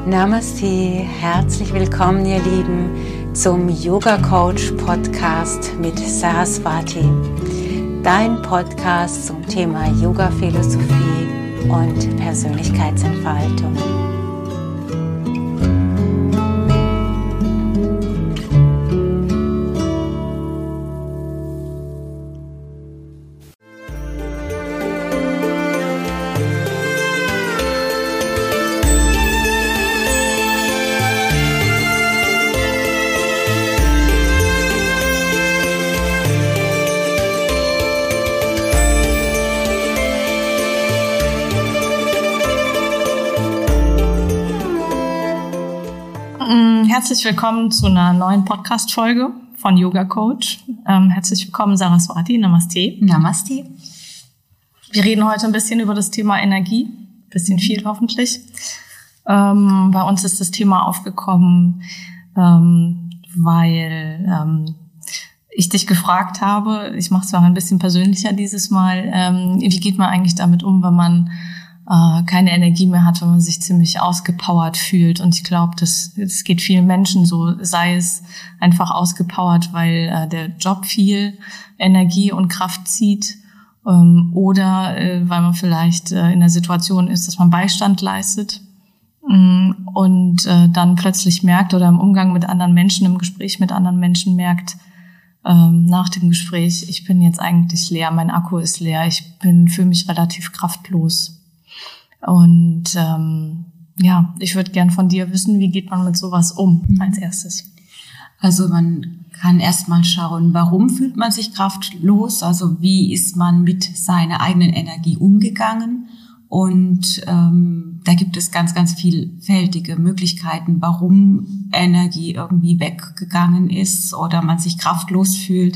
Namaste, herzlich willkommen ihr Lieben zum Yoga Coach Podcast mit Saraswati, dein Podcast zum Thema Yoga Philosophie und Persönlichkeitsentfaltung. Herzlich willkommen zu einer neuen Podcast-Folge von Yoga Coach. Herzlich willkommen, Saraswati. Namaste. Namaste. Wir reden heute ein bisschen über das Thema Energie. Ein bisschen viel hoffentlich. Bei uns ist das Thema aufgekommen, weil ich dich gefragt habe, ich mache es auch ein bisschen persönlicher dieses Mal, wie geht man eigentlich damit um, wenn man keine Energie mehr hat, wenn man sich ziemlich ausgepowert fühlt. Und ich glaube, das geht vielen Menschen so, sei es einfach ausgepowert, weil der Job viel Energie und Kraft zieht, oder weil man vielleicht in der Situation ist, dass man Beistand leistet und dann plötzlich merkt oder im Umgang mit anderen Menschen, im Gespräch mit anderen Menschen merkt, nach dem Gespräch, ich bin jetzt eigentlich leer, mein Akku ist leer, ich fühle mich relativ kraftlos. Und ich würde gern von dir wissen, wie geht man mit sowas um als erstes? Also man kann erstmal schauen, warum fühlt man sich kraftlos? Also wie ist man mit seiner eigenen Energie umgegangen? Und da gibt es ganz, ganz vielfältige Möglichkeiten, warum Energie irgendwie weggegangen ist oder man sich kraftlos fühlt.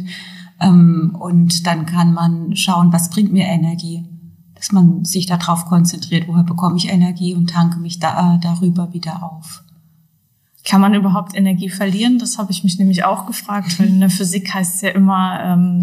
Und dann kann man schauen, was bringt mir Energie? Dass man sich darauf konzentriert, woher bekomme ich Energie und tanke mich darüber wieder auf. Kann man überhaupt Energie verlieren? Das habe ich mich nämlich auch gefragt, weil in der Physik heißt es ja immer,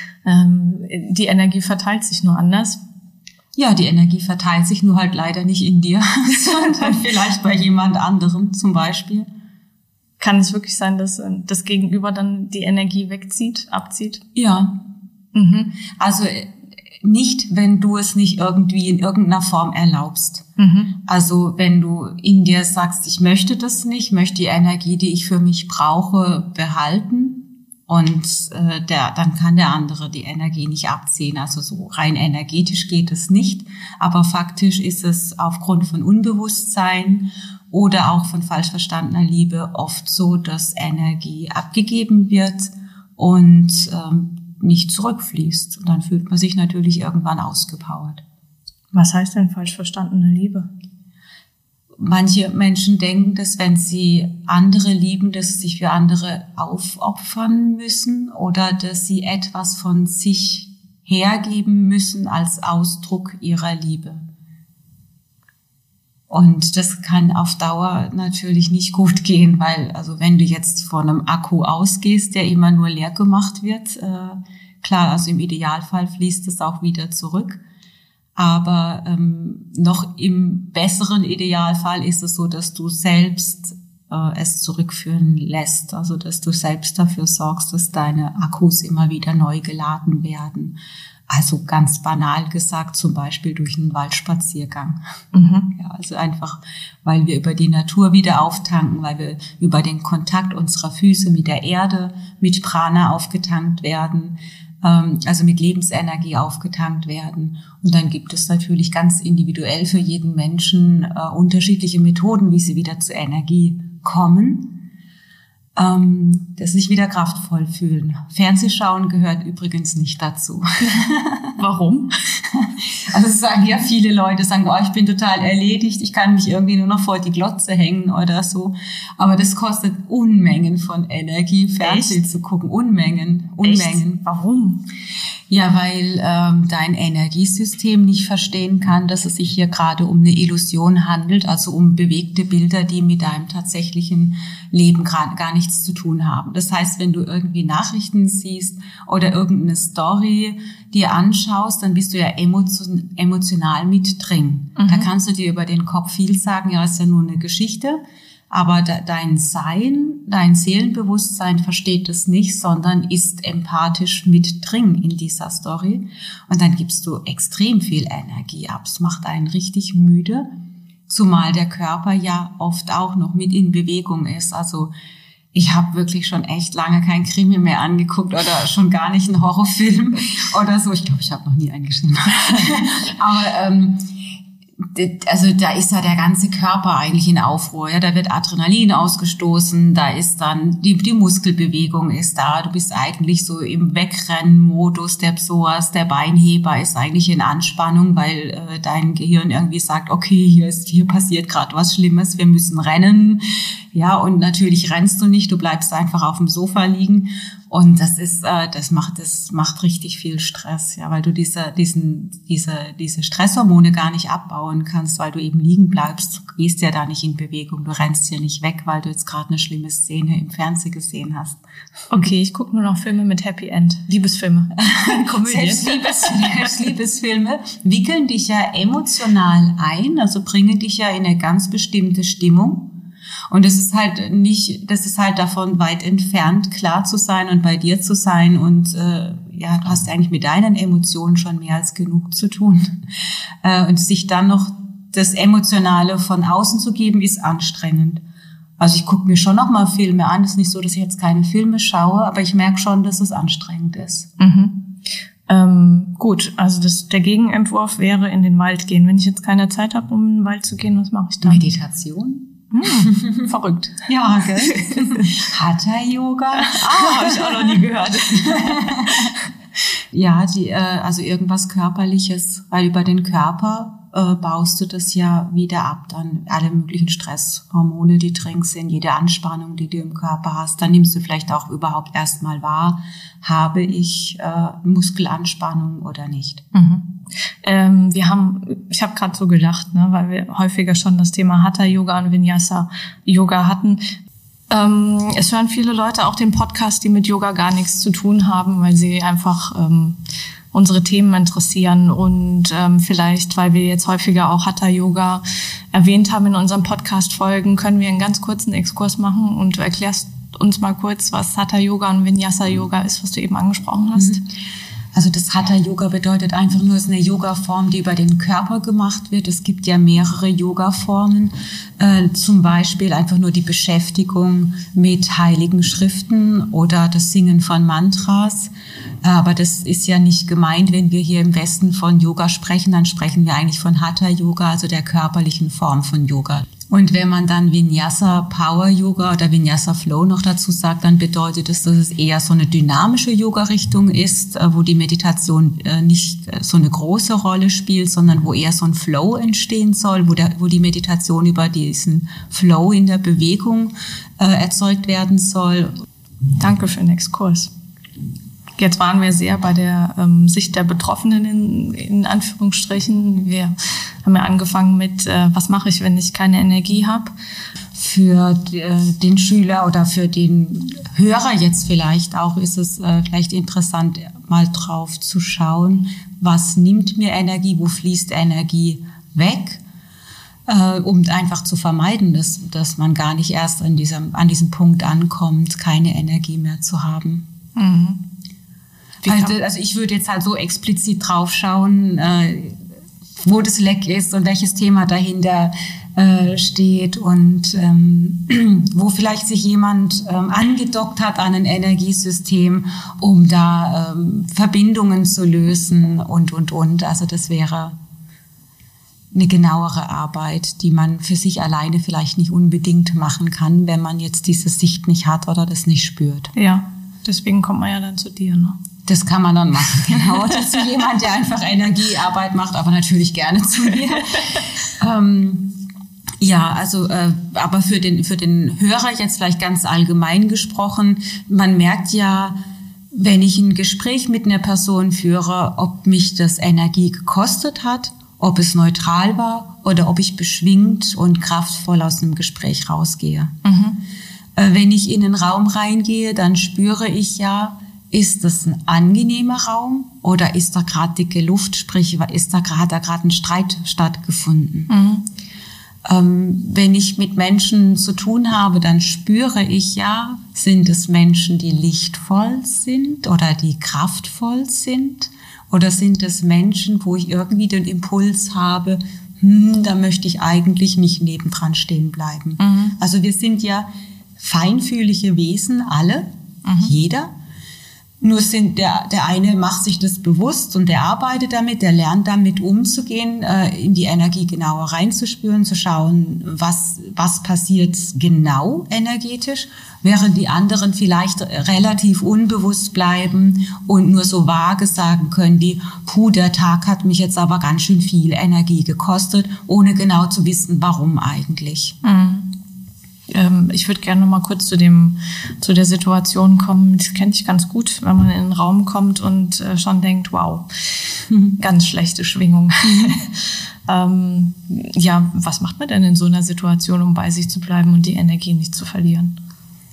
die Energie verteilt sich nur anders. Ja, die Energie verteilt sich nur halt leider nicht in dir, sondern vielleicht bei jemand anderem zum Beispiel. Kann es wirklich sein, dass das Gegenüber dann die Energie abzieht? Ja. Also nicht, wenn du es nicht irgendwie in irgendeiner Form erlaubst. Also wenn du in dir sagst, ich möchte das nicht, möchte die Energie, die ich für mich brauche, behalten und dann kann der andere die Energie nicht abziehen. Also so rein energetisch geht es nicht, aber faktisch ist es aufgrund von Unbewusstsein oder auch von falsch verstandener Liebe oft so, dass Energie abgegeben wird und nicht zurückfließt. Und dann fühlt man sich natürlich irgendwann ausgepowert. Was heißt denn falsch verstandene Liebe? Manche Menschen denken, dass wenn sie andere lieben, dass sie sich für andere aufopfern müssen oder dass sie etwas von sich hergeben müssen als Ausdruck ihrer Liebe. Und das kann auf Dauer natürlich nicht gut gehen, weil, also wenn du jetzt von einem Akku ausgehst, der immer nur leer gemacht wird, klar, also im Idealfall fließt es auch wieder zurück. Aber noch im besseren Idealfall ist es so, dass du selbst es zurückführen lässt. Also dass du selbst dafür sorgst, dass deine Akkus immer wieder neu geladen werden. Also ganz banal gesagt, zum Beispiel durch einen Waldspaziergang. Ja, also einfach, weil wir über die Natur wieder auftanken, weil wir über den Kontakt unserer Füße mit der Erde, mit Prana aufgetankt werden, also mit Lebensenergie aufgetankt werden. Und dann gibt es natürlich ganz individuell für jeden Menschen unterschiedliche Methoden, wie sie wieder zur Energie kommen. Dass sich wieder kraftvoll fühlen. Fernsehschauen gehört übrigens nicht dazu. Warum? Also es sagen ja viele Leute, sagen, oh, ich bin total erledigt, ich kann mich irgendwie nur noch vor die Glotze hängen oder so. Aber das kostet Unmengen von Energie, Fernsehen zu gucken. Unmengen. Echt? Warum? Ja, weil dein Energiesystem nicht verstehen kann, dass es sich hier gerade um eine Illusion handelt, also um bewegte Bilder, die mit deinem tatsächlichen Leben gar nichts zu tun haben. Das heißt, wenn du irgendwie Nachrichten siehst oder irgendeine Story dir anschaust, dann bist du ja emotional mit drin. Da kannst du dir über den Kopf viel sagen, ja, ist ja nur eine Geschichte. Aber dein Sein, dein Seelenbewusstsein versteht das nicht, sondern ist empathisch mit drin in dieser Story. Und dann gibst du extrem viel Energie ab. Es macht einen richtig müde, zumal der Körper ja oft auch noch mit in Bewegung ist. Also ich habe wirklich schon echt lange kein Krimi mehr angeguckt oder schon gar nicht einen Horrorfilm oder so. Ich glaube, ich habe noch nie einen geschrieben. Aber also da ist ja der ganze Körper eigentlich in Aufruhr, ja, da wird Adrenalin ausgestoßen, da ist dann die Muskelbewegung ist da, du bist eigentlich so im Wegrennmodus, der Psoas, der Beinheber ist eigentlich in Anspannung, weil dein Gehirn irgendwie sagt, okay, hier passiert gerade was Schlimmes, wir müssen rennen, ja, und natürlich rennst du nicht, du bleibst einfach auf dem Sofa liegen. Und das macht richtig viel Stress, ja, weil du diese Stresshormone gar nicht abbauen kannst, weil du eben liegen bleibst. Du gehst ja da nicht in Bewegung, du rennst ja nicht weg, weil du jetzt gerade eine schlimme Szene im Fernsehen gesehen hast. Okay, ich gucke nur noch Filme mit Happy End. Liebesfilme. Komödien. Selbst Liebesfilme wickeln dich ja emotional ein, also bringen dich ja in eine ganz bestimmte Stimmung. Und das ist halt davon weit entfernt, klar zu sein und bei dir zu sein. Und ja, du hast eigentlich mit deinen Emotionen schon mehr als genug zu tun. Und sich dann noch das Emotionale von außen zu geben, ist anstrengend. Also ich gucke mir schon noch mal Filme an. Es ist nicht so, dass ich jetzt keine Filme schaue, aber ich merke schon, dass es anstrengend ist. Gut, also der Gegenentwurf wäre in den Wald gehen. Wenn ich jetzt keine Zeit habe, um in den Wald zu gehen, was mache ich dann? Meditation? Verrückt. Ja, gell? Hatha-Yoga? Habe ich auch noch nie gehört. Ja, also irgendwas Körperliches, weil über den Körper baust du das ja wieder ab, dann alle möglichen Stresshormone, die drin sind, jede Anspannung, die du im Körper hast, dann nimmst du vielleicht auch überhaupt erstmal wahr, habe ich Muskelanspannung oder nicht. Ich habe gerade so gedacht, ne, weil wir häufiger schon das Thema Hatha-Yoga und Vinyasa-Yoga hatten. Es hören viele Leute auch den Podcast, die mit Yoga gar nichts zu tun haben, weil sie einfach unsere Themen interessieren und vielleicht, weil wir jetzt häufiger auch Hatha-Yoga erwähnt haben in unseren Podcast-Folgen, können wir einen ganz kurzen Exkurs machen und du erklärst uns mal kurz, was Hatha-Yoga und Vinyasa-Yoga ist, was du eben angesprochen hast. Also das Hatha-Yoga bedeutet einfach nur, es ist eine Yoga-Form, die über den Körper gemacht wird. Es gibt ja mehrere Yoga-Formen, zum Beispiel einfach nur die Beschäftigung mit heiligen Schriften oder das Singen von Mantras. Aber das ist ja nicht gemeint, wenn wir hier im Westen von Yoga sprechen, dann sprechen wir eigentlich von Hatha-Yoga, also der körperlichen Form von Yoga. Und wenn man dann Vinyasa Power Yoga oder Vinyasa Flow noch dazu sagt, dann bedeutet es, dass es eher so eine dynamische Yoga-Richtung ist, wo die Meditation nicht so eine große Rolle spielt, sondern wo eher so ein Flow entstehen soll, wo die Meditation über diesen Flow in der Bewegung erzeugt werden soll. Danke für den Exkurs. Jetzt waren wir sehr bei der Sicht der Betroffenen in Anführungsstrichen. Wir haben ja angefangen mit, was mache ich, wenn ich keine Energie habe? Für den Schüler oder für den Hörer jetzt vielleicht auch ist es vielleicht interessant, mal drauf zu schauen, was nimmt mir Energie, wo fließt Energie weg, um einfach zu vermeiden, dass man gar nicht erst an diesem Punkt ankommt, keine Energie mehr zu haben. Also ich würde jetzt halt so explizit drauf schauen, wo das Leck ist und welches Thema dahinter steht und wo vielleicht sich jemand angedockt hat an ein Energiesystem, um da Verbindungen zu lösen und. Also das wäre eine genauere Arbeit, die man für sich alleine vielleicht nicht unbedingt machen kann, wenn man jetzt diese Sicht nicht hat oder das nicht spürt. Ja, deswegen kommt man ja dann zu dir, ne? Das kann man dann machen, genau. Das ist jemand, der einfach Energiearbeit macht, aber natürlich gerne zu mir. Ja, also, aber für den Hörer jetzt vielleicht ganz allgemein gesprochen, man merkt ja, wenn ich ein Gespräch mit einer Person führe, ob mich das Energie gekostet hat, ob es neutral war oder ob ich beschwingt und kraftvoll aus dem Gespräch rausgehe. Wenn ich in einen Raum reingehe, dann spüre ich ja, ist das ein angenehmer Raum oder ist da gerade dicke Luft, sprich, ist da gerade ein Streit stattgefunden? Wenn ich mit Menschen zu tun habe, dann spüre ich ja, sind es Menschen, die lichtvoll sind oder die kraftvoll sind? Oder sind es Menschen, wo ich irgendwie den Impuls habe, da möchte ich eigentlich nicht nebendran stehen bleiben? Also wir sind ja feinfühlige Wesen, alle, jeder. Nur der eine macht sich das bewusst und der arbeitet damit, der lernt damit umzugehen, in die Energie genauer reinzuspüren, zu schauen, was passiert genau energetisch, während die anderen vielleicht relativ unbewusst bleiben und nur so vage sagen können wie, der Tag hat mich jetzt aber ganz schön viel Energie gekostet, ohne genau zu wissen, warum eigentlich. Ich würde gerne noch mal kurz zu der Situation kommen. Das kenne ich ganz gut, wenn man in einen Raum kommt und schon denkt, wow, ganz schlechte Schwingung. Was macht man denn in so einer Situation, um bei sich zu bleiben und die Energie nicht zu verlieren?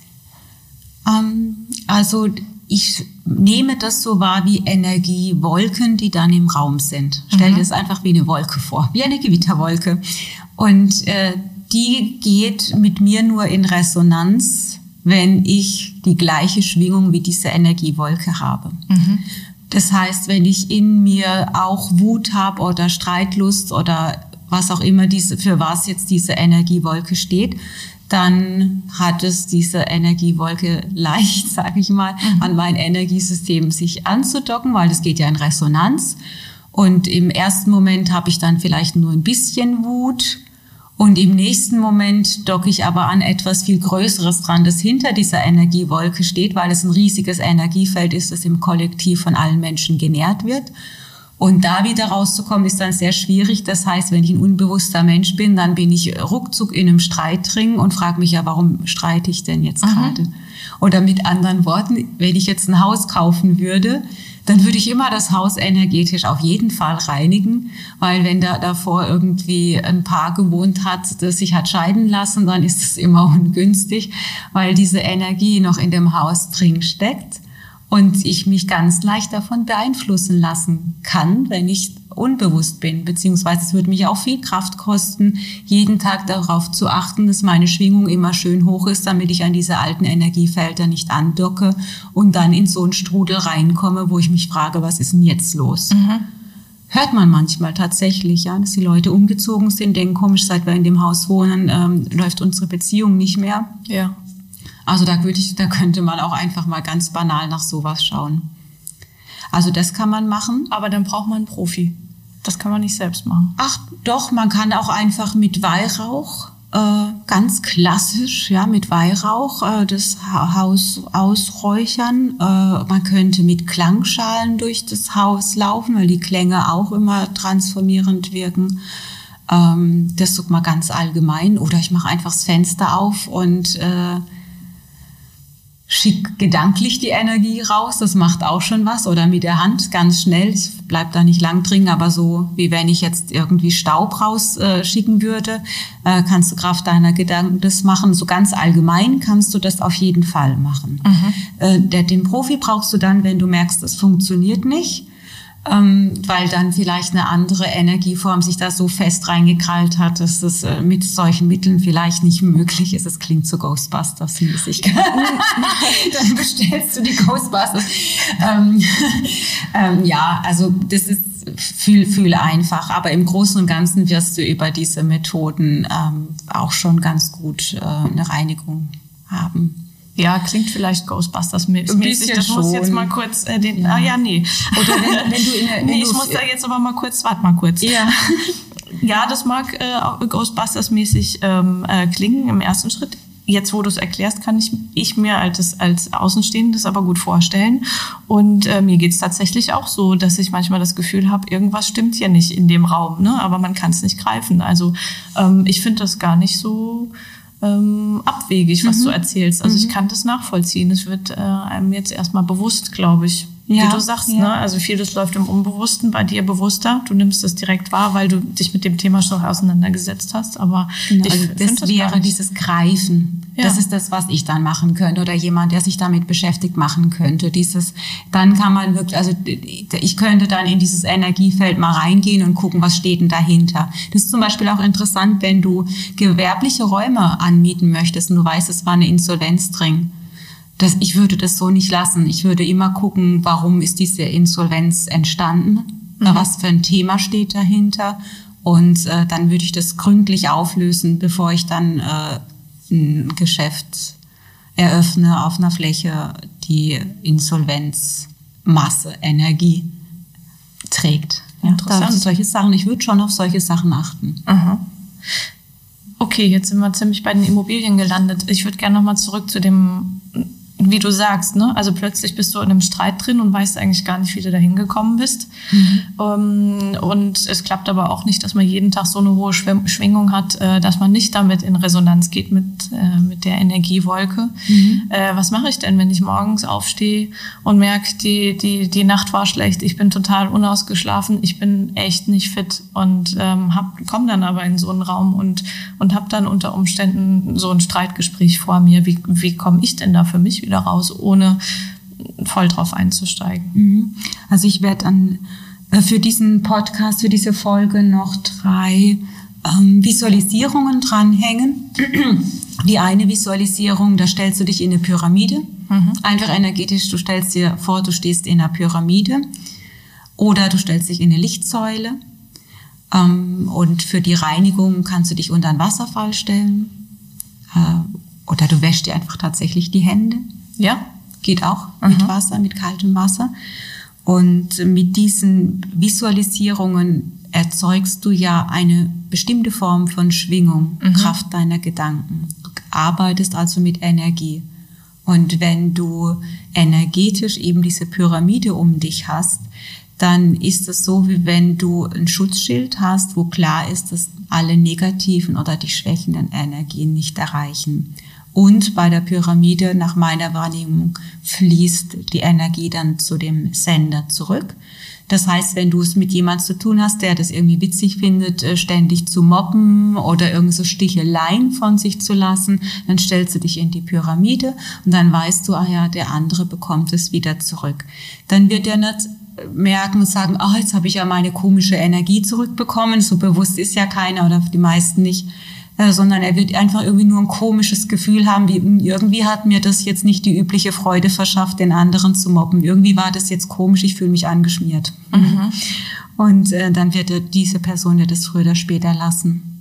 Also ich nehme das so wahr wie Energiewolken, die dann im Raum sind. Stell dir das einfach wie eine Wolke vor, wie eine Gewitterwolke. Und die geht mit mir nur in Resonanz, wenn ich die gleiche Schwingung wie diese Energiewolke habe. Das heißt, wenn ich in mir auch Wut habe oder Streitlust oder was auch immer für was jetzt diese Energiewolke steht, dann hat es diese Energiewolke leicht, sage ich mal, an mein Energiesystem sich anzudocken, weil das geht ja in Resonanz. Und im ersten Moment habe ich dann vielleicht nur ein bisschen Wut. Und im nächsten Moment docke ich aber an etwas viel Größeres dran, das hinter dieser Energiewolke steht, weil es ein riesiges Energiefeld ist, das im Kollektiv von allen Menschen genährt wird. Und da wieder rauszukommen, ist dann sehr schwierig. Das heißt, wenn ich ein unbewusster Mensch bin, dann bin ich ruckzuck in einem Streitring und frage mich ja, warum streite ich denn jetzt gerade? Oder mit anderen Worten, wenn ich jetzt ein Haus kaufen würde, dann würde ich immer das Haus energetisch auf jeden Fall reinigen, weil wenn da davor irgendwie ein Paar gewohnt hat, das sich hat scheiden lassen, dann ist es immer ungünstig, weil diese Energie noch in dem Haus drin steckt und ich mich ganz leicht davon beeinflussen lassen kann, wenn ich unbewusst bin, beziehungsweise es würde mich auch viel Kraft kosten, jeden Tag darauf zu achten, dass meine Schwingung immer schön hoch ist, damit ich an diese alten Energiefelder nicht andocke und dann in so einen Strudel reinkomme, wo ich mich frage, was ist denn jetzt los? Hört man manchmal tatsächlich, ja, dass die Leute umgezogen sind, denken, komisch, seit wir in dem Haus wohnen, läuft unsere Beziehung nicht mehr. Ja. Also da könnte man auch einfach mal ganz banal nach sowas schauen. Also das kann man machen. Aber dann braucht man einen Profi. Das kann man nicht selbst machen. Ach doch, man kann auch einfach mit Weihrauch, ganz klassisch, ja, mit Weihrauch das Haus ausräuchern. Man könnte mit Klangschalen durch das Haus laufen, weil die Klänge auch immer transformierend wirken. Das tut man ganz allgemein. Oder ich mache einfach das Fenster auf und schick gedanklich die Energie raus, das macht auch schon was. Oder mit der Hand ganz schnell, ich bleib da nicht lang drin, aber so wie wenn ich jetzt irgendwie Staub rausschicken würde, kannst du Kraft deiner Gedanken das machen. So ganz allgemein kannst du das auf jeden Fall machen. Den Profi brauchst du dann, wenn du merkst, das funktioniert nicht, weil dann vielleicht eine andere Energieform sich da so fest reingekrallt hat, dass das mit solchen Mitteln vielleicht nicht möglich ist. Es klingt so Ghostbusters-mäßig. Dann bestellst du die Ghostbusters. Ja, also das ist viel einfach. Aber im Großen und Ganzen wirst du über diese Methoden auch schon ganz gut eine Reinigung haben. Ja, klingt vielleicht Ghostbusters-mäßig. Das muss jetzt mal kurz nee. Oder wenn du ich muss da jetzt aber mal kurz, warte mal kurz. Ja. Ja, das mag Ghostbusters-mäßig klingen im ersten Schritt. Jetzt, wo du es erklärst, kann ich mir als Außenstehendes aber gut vorstellen. Und mir geht's tatsächlich auch so, dass ich manchmal das Gefühl habe, irgendwas stimmt hier nicht in dem Raum, ne? Aber man kann es nicht greifen. Also ich finde das gar nicht so abwegig, was du erzählst. Also ich kann das nachvollziehen. Es wird einem jetzt erstmal bewusst, glaube ich. Ja, wie du sagst, ne? Also vieles läuft im Unbewussten, bei dir bewusster. Du nimmst es direkt wahr, weil du dich mit dem Thema schon auseinandergesetzt hast. Aber genau, also das wäre dieses Greifen. Ja. Das ist das, was ich dann machen könnte oder jemand, der sich damit beschäftigt, machen könnte. Dann kann man wirklich, also ich könnte dann in dieses Energiefeld mal reingehen und gucken, was steht denn dahinter. Das ist zum Beispiel auch interessant, wenn du gewerbliche Räume anmieten möchtest und du weißt, es war eine Insolvenz drin. Ich würde das so nicht lassen. Ich würde immer gucken, warum ist diese Insolvenz entstanden, was für ein Thema steht dahinter und dann würde ich das gründlich auflösen, bevor ich dann ein Geschäft eröffne auf einer Fläche, die Insolvenzmasse, Energie trägt. Ja, interessant. Solche Sachen, ich würde schon auf solche Sachen achten. Aha. Okay, jetzt sind wir ziemlich bei den Immobilien gelandet. Ich würde gerne nochmal zurück zu dem, wie du sagst, ne? Also plötzlich bist du in einem Streit drin und weißt eigentlich gar nicht, wie du da hingekommen bist. Und es klappt aber auch nicht, dass man jeden Tag so eine hohe Schwingung hat, dass man nicht damit in Resonanz geht mit der Energiewolke. Was mache ich denn, wenn ich morgens aufstehe und merke, die Nacht war schlecht, ich bin total unausgeschlafen, ich bin echt nicht fit und komme dann aber in so einen Raum und habe dann unter Umständen so ein Streitgespräch vor mir. Wie komme ich denn da für mich wieder raus, ohne voll drauf einzusteigen? Also ich werde dann für diesen Podcast, für diese Folge noch 3 Visualisierungen dranhängen. Die eine Visualisierung, da stellst du dich in eine Pyramide. Einfach energetisch, du stellst dir vor, du stehst in einer Pyramide oder du stellst dich in eine Lichtsäule. Und für die Reinigung kannst du dich unter einen Wasserfall stellen. Oder du wäschst dir einfach tatsächlich die Hände. Ja, geht auch mit Wasser, mit kaltem Wasser. Und mit diesen Visualisierungen erzeugst du ja eine bestimmte Form von Schwingung, Kraft deiner Gedanken. Du arbeitest also mit Energie. Und wenn du energetisch eben diese Pyramide um dich hast, dann ist es so, wie wenn du ein Schutzschild hast, wo klar ist, dass alle negativen oder die schwächenden Energien nicht erreichen. Und bei der Pyramide, nach meiner Wahrnehmung, fließt die Energie dann zu dem Sender zurück. Das heißt, wenn du es mit jemandem zu tun hast, der das irgendwie witzig findet, ständig zu mobben oder irgend so Sticheleien von sich zu lassen, dann stellst du dich in die Pyramide und dann weißt du, der andere bekommt es wieder zurück. Dann wird er nicht merken und sagen, jetzt habe ich ja meine komische Energie zurückbekommen. So bewusst ist ja keiner oder die meisten nicht. Sondern er wird einfach irgendwie nur ein komisches Gefühl haben, wie irgendwie hat mir das jetzt nicht die übliche Freude verschafft, den anderen zu mobben. Irgendwie war das jetzt komisch, ich fühle mich angeschmiert. Und dann wird diese Person das früher oder später lassen.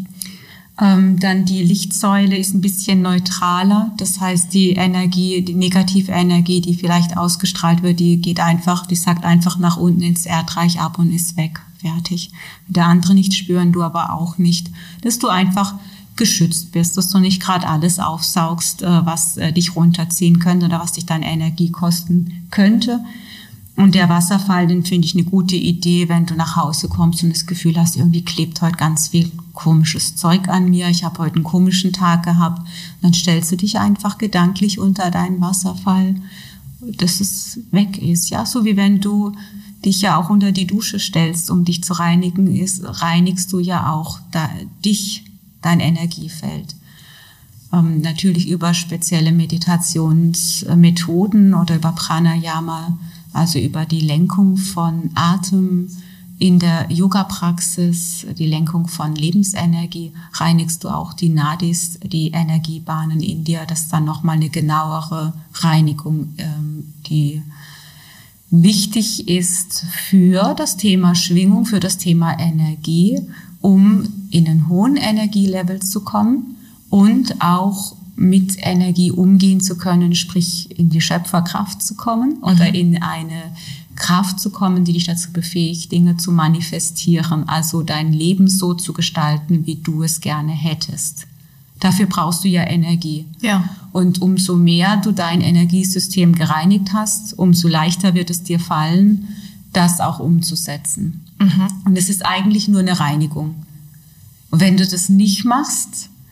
Dann die Lichtsäule ist ein bisschen neutraler. Das heißt, die Energie, die negative Energie, die vielleicht ausgestrahlt wird, die sagt einfach nach unten ins Erdreich ab und ist weg. Fertig. Der andere nicht spüren, du aber auch nicht. Dass du einfach geschützt bist, dass du nicht gerade alles aufsaugst, was dich runterziehen könnte oder was dich deine Energie kosten könnte. Und der Wasserfall, den finde ich eine gute Idee, wenn du nach Hause kommst und das Gefühl hast, irgendwie klebt heute ganz viel komisches Zeug an mir, ich habe heute einen komischen Tag gehabt. Dann stellst du dich einfach gedanklich unter deinen Wasserfall, dass es weg ist. Ja, so wie wenn du dich ja auch unter die Dusche stellst, um dich zu reinigen, reinigst du ja auch dein Energiefeld. Natürlich über spezielle Meditationsmethoden oder über Pranayama, also über die Lenkung von Atem in der Yoga-Praxis, die Lenkung von Lebensenergie, reinigst du auch die Nadis, die Energiebahnen in dir. Das ist dann nochmal eine genauere Reinigung, die wichtig ist für das Thema Schwingung, für das Thema Energie, um in einen hohen Energielevel zu kommen und auch mit Energie umgehen zu können, sprich in die Schöpferkraft zu kommen oder in eine Kraft zu kommen, die dich dazu befähigt, Dinge zu manifestieren, also dein Leben so zu gestalten, wie du es gerne hättest. Dafür brauchst du ja Energie. Ja. Und umso mehr du dein Energiesystem gereinigt hast, umso leichter wird es dir fallen, das auch umzusetzen. Und es ist eigentlich nur eine Reinigung. Und wenn du das nicht machst,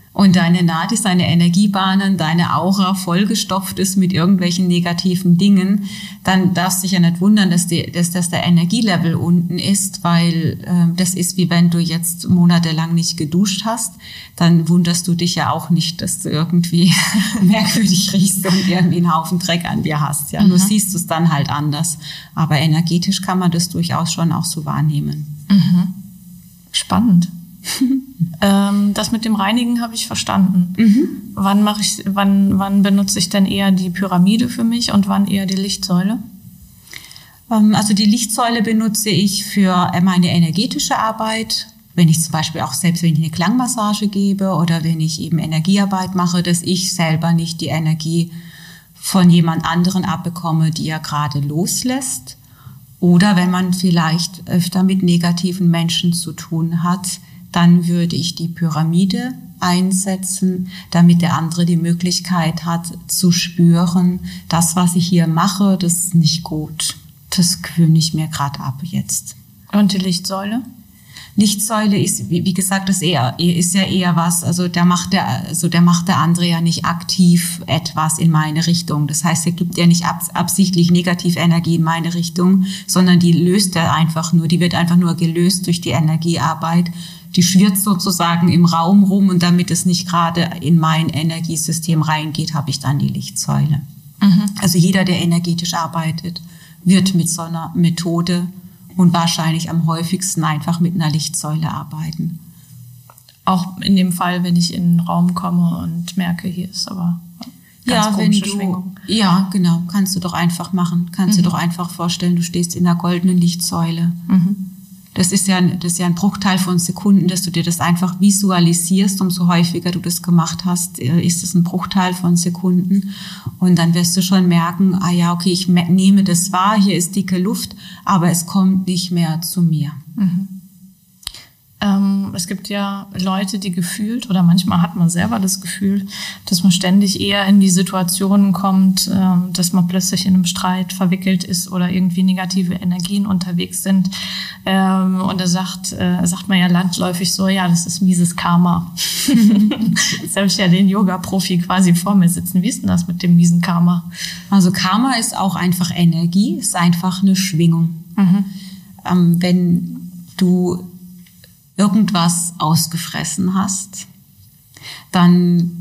und deine Nadis, deine Energiebahnen, deine Aura vollgestopft ist mit irgendwelchen negativen Dingen, dann darfst du dich ja nicht wundern, dass der Energielevel unten ist, weil das ist wie wenn du jetzt monatelang nicht geduscht hast, dann wunderst du dich ja auch nicht, dass du irgendwie merkwürdig riechst und irgendwie einen Haufen Dreck an dir hast. Ja, nur siehst du es dann halt anders. Aber energetisch kann man das durchaus schon auch so wahrnehmen. Mhm. Spannend. Das mit dem Reinigen habe ich verstanden. Wann benutze ich denn eher die Pyramide für mich und wann eher die Lichtsäule? Also die Lichtsäule benutze ich für meine energetische Arbeit, wenn ich zum Beispiel auch selbst, wenn ich eine Klangmassage gebe oder wenn ich eben Energiearbeit mache, dass ich selber nicht die Energie von jemand anderen abbekomme, die er gerade loslässt. Oder wenn man vielleicht öfter mit negativen Menschen zu tun hat, dann würde ich die Pyramide einsetzen, damit der andere die Möglichkeit hat zu spüren, das, was ich hier mache, das ist nicht gut. Das gewöhne ich mir gerade ab jetzt. Und die Lichtsäule? Lichtsäule ist, wie gesagt, ist ja eher was, also der macht der andere ja nicht aktiv etwas in meine Richtung. Das heißt, er gibt ja nicht absichtlich Negativenergie in meine Richtung, sondern die löst er einfach nur, die wird einfach nur gelöst durch die Energiearbeit. Die schwirrt sozusagen im Raum rum und damit es nicht gerade in mein Energiesystem reingeht, habe ich dann die Lichtsäule. Also jeder, der energetisch arbeitet, wird mit so einer Methode und wahrscheinlich am häufigsten einfach mit einer Lichtsäule arbeiten. Auch in dem Fall, wenn ich in einen Raum komme und merke, hier ist aber ganz komische Schwingung. Ja, genau, kannst du doch einfach machen. Kannst du doch einfach vorstellen, du stehst in der goldenen Lichtsäule. Das ist ja ein Bruchteil von Sekunden, dass du dir das einfach visualisierst. Umso häufiger du das gemacht hast, ist es ein Bruchteil von Sekunden. Und dann wirst du schon merken, okay, ich nehme das wahr, hier ist dicke Luft, aber es kommt nicht mehr zu mir. Es gibt ja Leute, die gefühlt, oder manchmal hat man selber das Gefühl, dass man ständig eher in die Situationen kommt, dass man plötzlich in einem Streit verwickelt ist oder irgendwie negative Energien unterwegs sind. Und da sagt man ja landläufig so, ja, das ist mieses Karma. Jetzt habe ich ja den Yoga-Profi quasi vor mir sitzen. Wie ist denn das mit dem miesen Karma? Also Karma ist auch einfach Energie, ist einfach eine Schwingung. Wenn du irgendwas ausgefressen hast, dann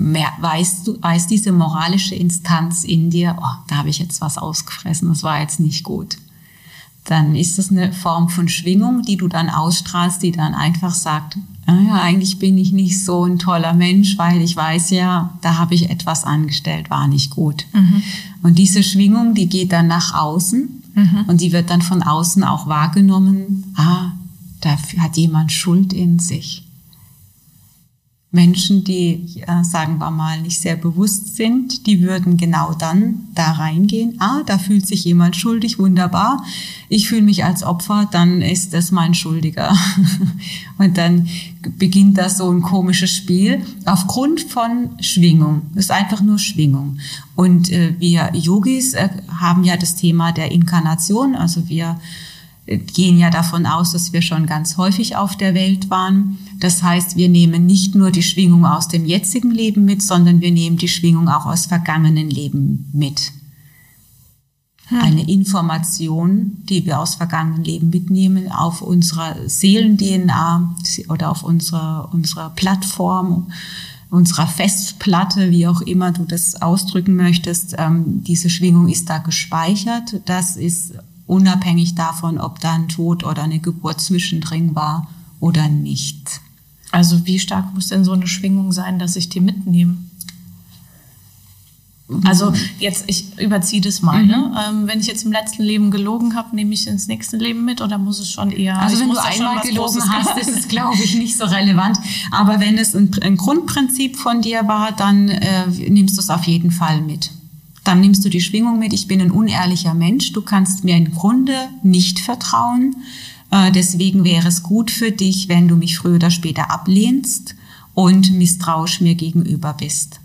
weiß diese moralische Instanz in dir, da habe ich jetzt was ausgefressen, das war jetzt nicht gut. Dann ist das eine Form von Schwingung, die du dann ausstrahlst, die dann einfach sagt, eigentlich bin ich nicht so ein toller Mensch, weil ich weiß ja, da habe ich etwas angestellt, war nicht gut. Und diese Schwingung, die geht dann nach außen und die wird dann von außen auch wahrgenommen, dafür hat jemand Schuld in sich. Menschen, die, sagen wir mal, nicht sehr bewusst sind, die würden genau dann da reingehen. Da fühlt sich jemand schuldig, wunderbar. Ich fühle mich als Opfer, dann ist das mein Schuldiger. Und dann beginnt da so ein komisches Spiel aufgrund von Schwingung. Das ist einfach nur Schwingung. Und wir Yogis haben ja das Thema der Inkarnation, also wir gehen ja davon aus, dass wir schon ganz häufig auf der Welt waren. Das heißt, wir nehmen nicht nur die Schwingung aus dem jetzigen Leben mit, sondern wir nehmen die Schwingung auch aus vergangenen Leben mit. Eine Information, die wir aus vergangenen Leben mitnehmen, auf unserer Seelen-DNA oder auf unserer Plattform, unserer Festplatte, wie auch immer du das ausdrücken möchtest. Diese Schwingung ist da gespeichert. Das ist unabhängig davon, ob da ein Tod oder eine Geburt zwischendrin war oder nicht. Also wie stark muss denn so eine Schwingung sein, dass ich die mitnehme? Also jetzt, ich überziehe das mal. Wenn ich jetzt im letzten Leben gelogen habe, nehme ich ins nächste Leben mit oder muss es schon eher... Also wenn du einmal gelogen hast, ist es, glaube ich, nicht so relevant. Aber wenn es ein Grundprinzip von dir war, dann nimmst du es auf jeden Fall mit. Dann nimmst du die Schwingung mit, ich bin ein unehrlicher Mensch, du kannst mir im Grunde nicht vertrauen. Deswegen wäre es gut für dich, wenn du mich früher oder später ablehnst und misstrauisch mir gegenüber bist.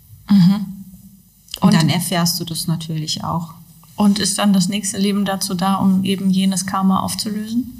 Und dann erfährst du das natürlich auch. Und ist dann das nächste Leben dazu da, um eben jenes Karma aufzulösen?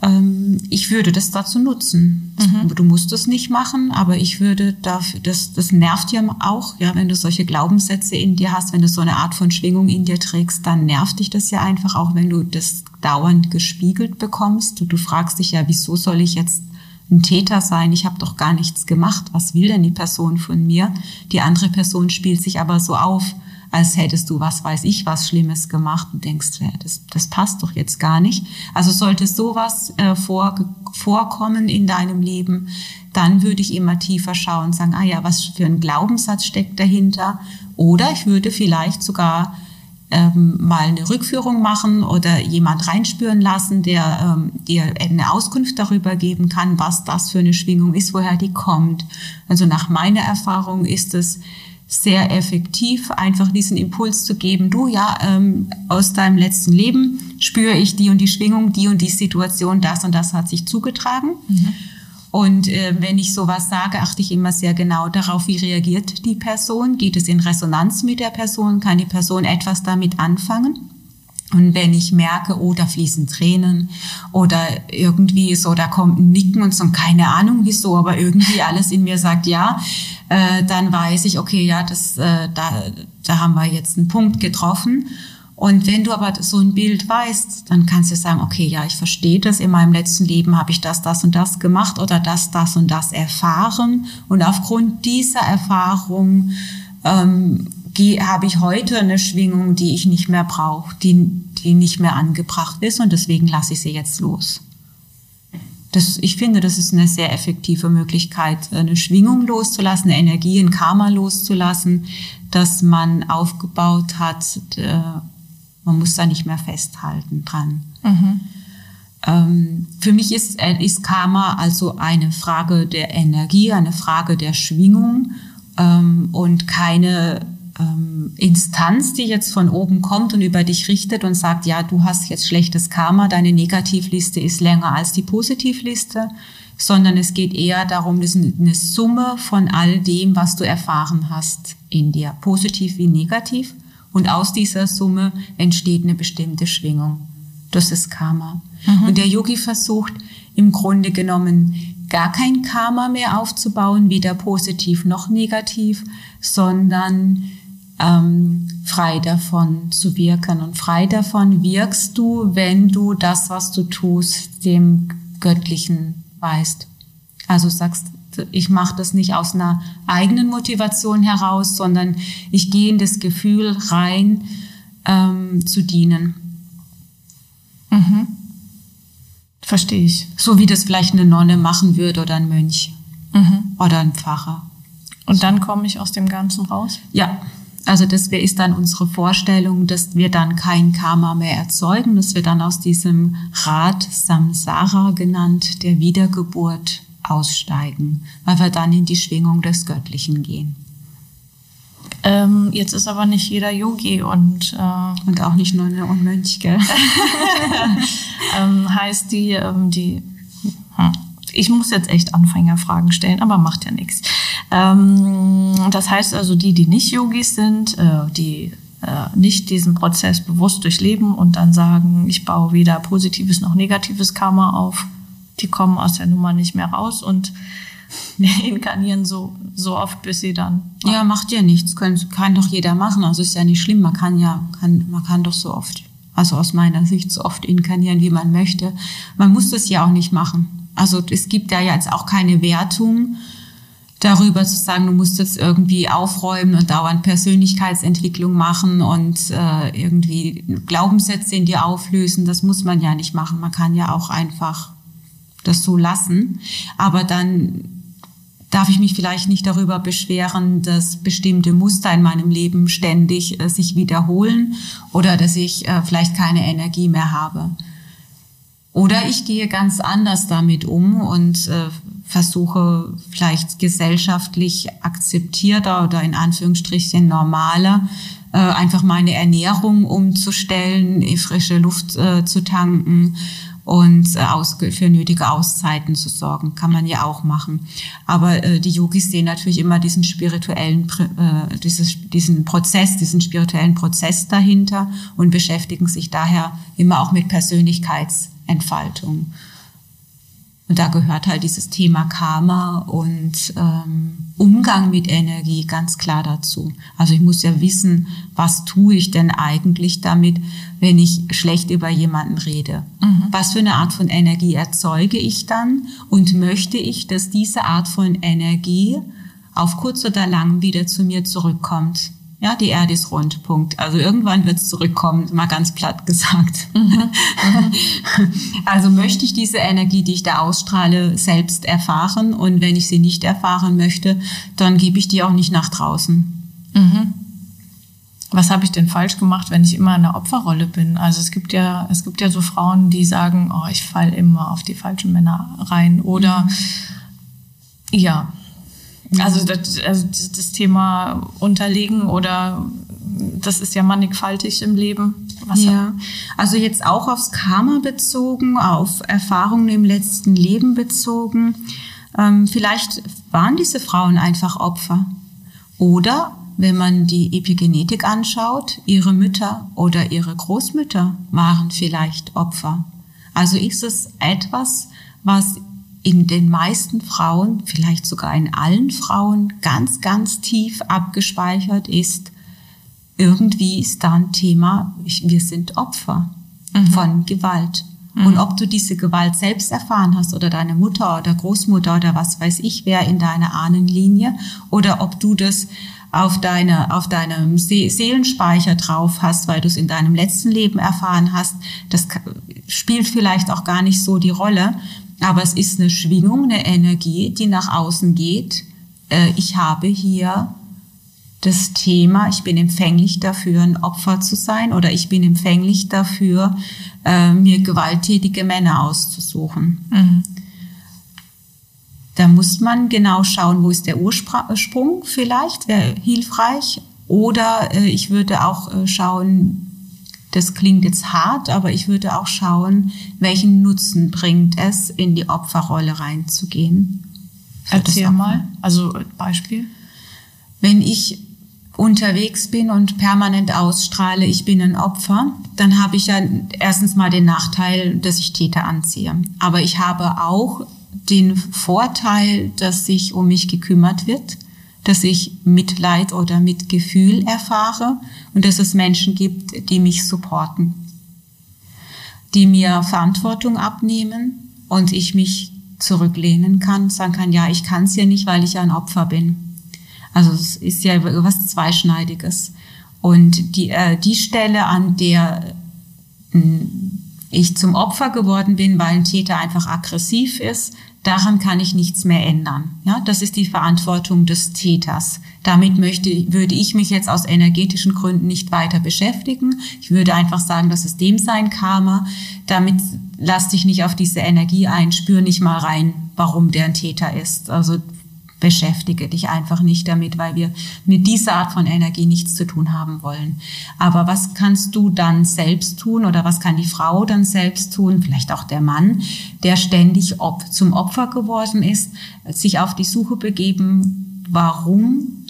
Ich würde das dazu nutzen. Du musst es nicht machen, aber ich würde dafür, das nervt ja auch, ja, wenn du solche Glaubenssätze in dir hast, wenn du so eine Art von Schwingung in dir trägst, dann nervt dich das ja einfach, auch wenn du das dauernd gespiegelt bekommst. Du fragst dich ja, wieso soll ich jetzt ein Täter sein? Ich habe doch gar nichts gemacht. Was will denn die Person von mir? Die andere Person spielt sich aber so auf, als hättest du, was weiß ich, was Schlimmes gemacht und denkst, ja, das passt doch jetzt gar nicht. Also sollte sowas vorkommen in deinem Leben, dann würde ich immer tiefer schauen und sagen, was für ein Glaubenssatz steckt dahinter? Oder ich würde vielleicht sogar mal eine Rückführung machen oder jemand reinspüren lassen, der dir eine Auskunft darüber geben kann, was das für eine Schwingung ist, woher die kommt. Also nach meiner Erfahrung ist es sehr effektiv, einfach diesen Impuls zu geben, aus deinem letzten Leben spüre ich die und die Schwingung, die und die Situation, das und das hat sich zugetragen. Und wenn ich sowas sage, achte ich immer sehr genau darauf, wie reagiert die Person, geht es in Resonanz mit der Person, kann die Person etwas damit anfangen? Und wenn ich merke, da fließen Tränen oder irgendwie so, da kommt ein Nicken und so, keine Ahnung wieso, aber irgendwie alles in mir sagt ja, dann weiß ich, okay, ja, da haben wir jetzt einen Punkt getroffen. Und wenn du aber so ein Bild weißt, dann kannst du sagen, okay, ja, ich verstehe das, in meinem letzten Leben habe ich das und das gemacht oder das und das erfahren. Und aufgrund dieser Erfahrung habe ich heute eine Schwingung, die ich nicht mehr brauche, die nicht mehr angebracht ist und deswegen lasse ich sie jetzt los. Ich finde, das ist eine sehr effektive Möglichkeit, eine Schwingung loszulassen, eine Energie, ein Karma loszulassen, das man aufgebaut hat. Man muss da nicht mehr festhalten dran. Für mich ist Karma also eine Frage der Energie, eine Frage der Schwingung und keine Instanz, die jetzt von oben kommt und über dich richtet und sagt, ja, du hast jetzt schlechtes Karma, deine Negativliste ist länger als die Positivliste, sondern es geht eher darum, das ist eine Summe von all dem, was du erfahren hast in dir, positiv wie negativ. Und aus dieser Summe entsteht eine bestimmte Schwingung. Das ist Karma. Und der Yogi versucht im Grunde genommen gar kein Karma mehr aufzubauen, weder positiv noch negativ, sondern frei davon zu wirken. Und frei davon wirkst du, wenn du das, was du tust, dem Göttlichen weißt. Also sagst, ich mache das nicht aus einer eigenen Motivation heraus, sondern ich gehe in das Gefühl rein, zu dienen. Verstehe ich. So wie das vielleicht eine Nonne machen würde oder ein Mönch oder ein Pfarrer. Und dann komme ich aus dem Ganzen raus? Ja, also das ist dann unsere Vorstellung, dass wir dann kein Karma mehr erzeugen, dass wir dann aus diesem Rad Samsara genannt, der Wiedergeburt, aussteigen, weil wir dann in die Schwingung des Göttlichen gehen. Jetzt ist aber nicht jeder Yogi und auch nicht Nonne und Mönch, gell? Heißt ich muss jetzt echt Anfängerfragen stellen, aber macht ja nichts. Das heißt also, die nicht Yogis sind, die nicht diesen Prozess bewusst durchleben und dann sagen, ich baue weder positives noch negatives Karma auf, die kommen aus der Nummer nicht mehr raus und inkarnieren so oft, bis sie dann... Ja, macht ja nichts, kann doch jeder machen, also ist ja nicht schlimm, man kann doch so oft, also aus meiner Sicht so oft inkarnieren, wie man möchte. Man muss das ja auch nicht machen. Also es gibt ja jetzt auch keine Wertung darüber zu sagen, du musst jetzt irgendwie aufräumen und dauernd Persönlichkeitsentwicklung machen und irgendwie Glaubenssätze in dir auflösen. Das muss man ja nicht machen. Man kann ja auch einfach das so lassen. Aber dann darf ich mich vielleicht nicht darüber beschweren, dass bestimmte Muster in meinem Leben ständig sich wiederholen oder dass ich vielleicht keine Energie mehr habe. Oder ich gehe ganz anders damit um und versuche vielleicht gesellschaftlich akzeptierter oder in Anführungsstrichen normaler einfach meine Ernährung umzustellen, frische Luft zu tanken und für nötige Auszeiten zu sorgen. Kann man ja auch machen. Aber die Yogis sehen natürlich immer diesen spirituellen Prozess dahinter und beschäftigen sich daher immer auch mit Persönlichkeitsentfaltung. Und da gehört halt dieses Thema Karma und Umgang mit Energie ganz klar dazu. Also ich muss ja wissen, was tue ich denn eigentlich damit, wenn ich schlecht über jemanden rede? Was für eine Art von Energie erzeuge ich dann? Und möchte ich, dass diese Art von Energie auf kurz oder lang wieder zu mir zurückkommt? Ja, die Erde ist rund, Punkt. Also irgendwann wird es zurückkommen, mal ganz platt gesagt. Also möchte ich diese Energie, die ich da ausstrahle, selbst erfahren. Und wenn ich sie nicht erfahren möchte, dann gebe ich die auch nicht nach draußen. Was habe ich denn falsch gemacht, wenn ich immer in der Opferrolle bin? Also es gibt ja so Frauen, die sagen, oh, ich falle immer auf die falschen Männer rein. Oder Also das Thema Unterlegen oder das ist ja mannigfaltig im Leben. Also jetzt auch aufs Karma bezogen, auf Erfahrungen im letzten Leben bezogen. Vielleicht waren diese Frauen einfach Opfer. Oder, wenn man die Epigenetik anschaut, ihre Mütter oder ihre Großmütter waren vielleicht Opfer. Also ist es etwas, was in den meisten Frauen, vielleicht sogar in allen Frauen, ganz, ganz tief abgespeichert ist. Irgendwie ist da ein Thema, wir sind Opfer von Gewalt. Und ob du diese Gewalt selbst erfahren hast oder deine Mutter oder Großmutter oder was weiß ich, wer in deiner Ahnenlinie, oder ob du das auf deinem Seelenspeicher drauf hast, weil du es in deinem letzten Leben erfahren hast, das spielt vielleicht auch gar nicht so die Rolle. Aber es ist eine Schwingung, eine Energie, die nach außen geht. Ich habe hier das Thema, ich bin empfänglich dafür, ein Opfer zu sein, oder ich bin empfänglich dafür, mir gewalttätige Männer auszusuchen. Da muss man genau schauen, wo ist der Ursprung vielleicht, wäre hilfreich. Oder ich würde auch schauen, das klingt jetzt hart, aber ich würde auch schauen, welchen Nutzen bringt es, in die Opferrolle reinzugehen. Erzähl mal, also Beispiel. Wenn ich unterwegs bin und permanent ausstrahle, ich bin ein Opfer, dann habe ich ja erstens mal den Nachteil, dass ich Täter anziehe. Aber ich habe auch den Vorteil, dass sich um mich gekümmert wird, dass ich Mitleid oder Mitgefühl erfahre und dass es Menschen gibt, die mich supporten, die mir Verantwortung abnehmen und ich mich zurücklehnen kann, sagen kann, ja, ich kann es ja nicht, weil ich ja ein Opfer bin. Also es ist ja was Zweischneidiges. Und die Stelle, an der ich zum Opfer geworden bin, weil ein Täter einfach aggressiv ist, daran kann ich nichts mehr ändern. Ja, das ist die Verantwortung des Täters. Damit würde ich mich jetzt aus energetischen Gründen nicht weiter beschäftigen. Ich würde einfach sagen, das ist dem sein Karma. Damit lass dich nicht auf diese Energie ein, spür nicht mal rein, warum der ein Täter ist. Also beschäftige dich einfach nicht damit, weil wir mit dieser Art von Energie nichts zu tun haben wollen. Aber was kannst du dann selbst tun oder was kann die Frau dann selbst tun, vielleicht auch der Mann, der ständig zum Opfer geworden ist, sich auf die Suche begeben, warum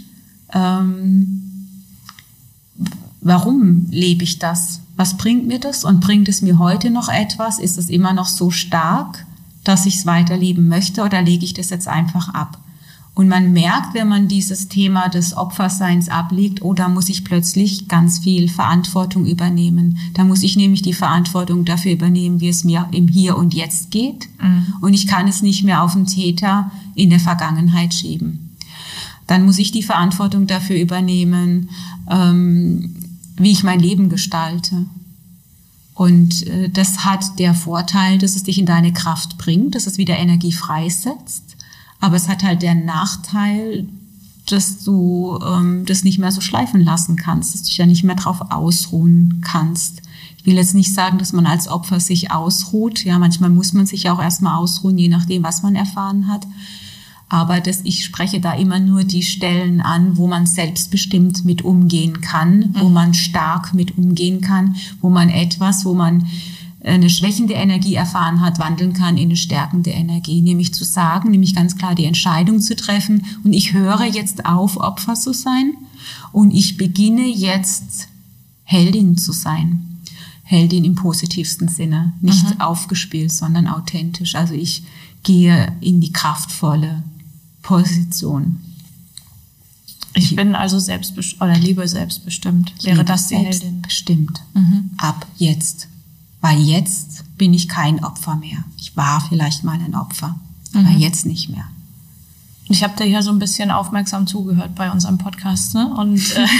lebe ich das? Was bringt mir das? Und bringt es mir heute noch etwas? Ist es immer noch so stark, dass ich es weiterleben möchte, oder lege ich das jetzt einfach ab? Und man merkt, wenn man dieses Thema des Opferseins ablegt, da muss ich plötzlich ganz viel Verantwortung übernehmen. Da muss ich nämlich die Verantwortung dafür übernehmen, wie es mir im Hier und Jetzt geht. Und ich kann es nicht mehr auf den Täter in der Vergangenheit schieben. Dann muss ich die Verantwortung dafür übernehmen, wie ich mein Leben gestalte. Und das hat der Vorteil, dass es dich in deine Kraft bringt, dass es wieder Energie freisetzt. Aber es hat halt den Nachteil, dass du das nicht mehr so schleifen lassen kannst, dass du dich ja nicht mehr drauf ausruhen kannst. Ich will jetzt nicht sagen, dass man als Opfer sich ausruht. Ja, manchmal muss man sich ja auch erstmal ausruhen, je nachdem, was man erfahren hat. Aber ich spreche da immer nur die Stellen an, wo man selbstbestimmt mit umgehen kann, wo man stark mit umgehen kann, wo man eine schwächende Energie erfahren hat, wandeln kann in eine stärkende Energie. Nämlich zu sagen, nämlich ganz klar die Entscheidung zu treffen, und ich höre jetzt auf, Opfer zu sein, und ich beginne jetzt, Heldin zu sein. Heldin im positivsten Sinne. Nicht aufgespielt, sondern authentisch. Also ich gehe in die kraftvolle Position. Ich bin also liebe selbstbestimmt. Wäre das die Heldin? Selbstbestimmt. Ab jetzt. Weil jetzt bin ich kein Opfer mehr. Ich war vielleicht mal ein Opfer, aber jetzt nicht mehr. Ich habe dir ja so ein bisschen aufmerksam zugehört bei unserem Podcast, ne? Und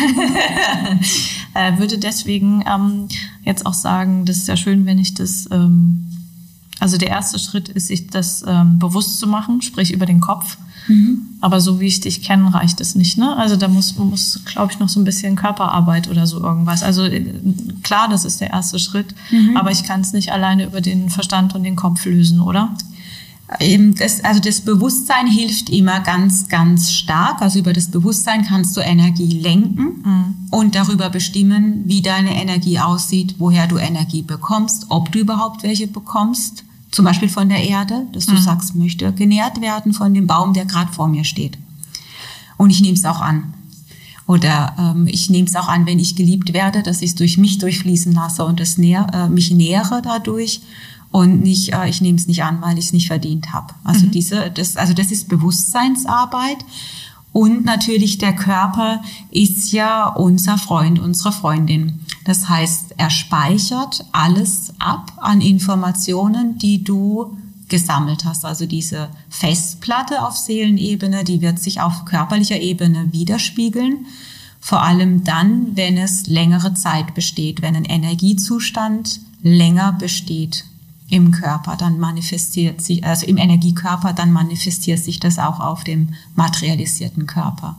würde deswegen jetzt auch sagen, das ist ja schön, wenn ich das, also der erste Schritt ist, sich das bewusst zu machen, sprich über den Kopf. Aber so wie ich dich kenne, reicht es nicht, ne? Also da muss glaube ich, noch so ein bisschen Körperarbeit oder so irgendwas. Also klar, das ist der erste Schritt, aber ich kann es nicht alleine über den Verstand und den Kopf lösen, oder? Das Bewusstsein hilft immer ganz, ganz stark. Also über das Bewusstsein kannst du Energie lenken und darüber bestimmen, wie deine Energie aussieht, woher du Energie bekommst, ob du überhaupt welche bekommst. Zum Beispiel von der Erde, dass du sagst, möchte genährt werden von dem Baum, der gerade vor mir steht. Und ich nehme es auch an. Oder ich nehme es auch an, wenn ich geliebt werde, dass ich es durch mich durchfließen lasse und mich nähere dadurch. Und nicht, ich nehme es nicht an, weil ich es nicht verdient habe. Also das ist Bewusstseinsarbeit. Und natürlich der Körper ist ja unser Freund, unsere Freundin. Das heißt, er speichert alles ab an Informationen, die du gesammelt hast. Also diese Festplatte auf Seelenebene, die wird sich auf körperlicher Ebene widerspiegeln. Vor allem dann, wenn es längere Zeit besteht, wenn ein Energiezustand länger besteht im Körper, dann manifestiert sich, also im Energiekörper, dann manifestiert sich das auch auf dem materialisierten Körper.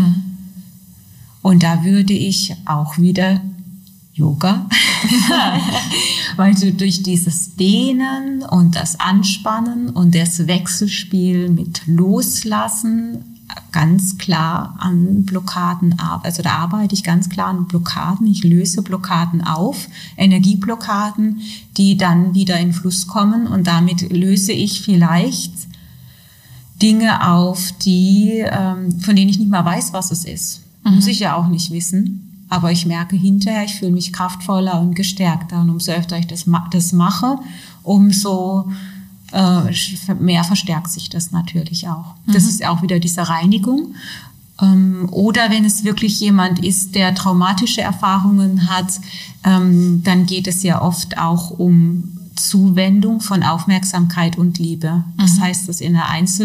Und da würde ich auch wieder Yoga, weil du durch dieses Dehnen und das Anspannen und das Wechselspiel mit Loslassen ganz klar an Blockaden arbeite. Also da arbeite ich ganz klar an Blockaden. Ich löse Blockaden auf, Energieblockaden, die dann wieder in Fluss kommen. Und damit löse ich vielleicht Dinge auf, von denen ich nicht mal weiß, was es ist. Muss ich ja auch nicht wissen. Aber ich merke hinterher, ich fühle mich kraftvoller und gestärkter. Und umso öfter ich das mache, umso mehr verstärkt sich das natürlich auch. Das ist auch wieder diese Reinigung. Oder wenn es wirklich jemand ist, der traumatische Erfahrungen hat, dann geht es ja oft auch um Zuwendung von Aufmerksamkeit und Liebe. Das heißt, dass in einer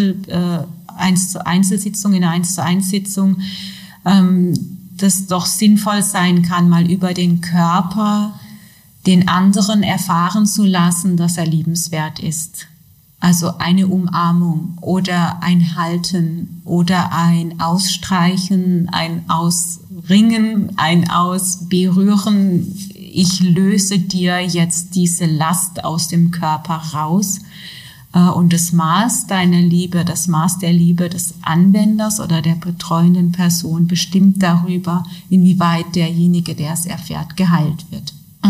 1:1-Sitzung, das doch sinnvoll sein kann, mal über den Körper den anderen erfahren zu lassen, dass er liebenswert ist. Also eine Umarmung oder ein Halten oder ein Ausstreichen, ein Ausringen, ein Ausberühren. Ich löse dir jetzt diese Last aus dem Körper raus. Und das Maß deiner Liebe, das Maß der Liebe des Anwenders oder der betreuenden Person bestimmt darüber, inwieweit derjenige, der es erfährt, geheilt wird.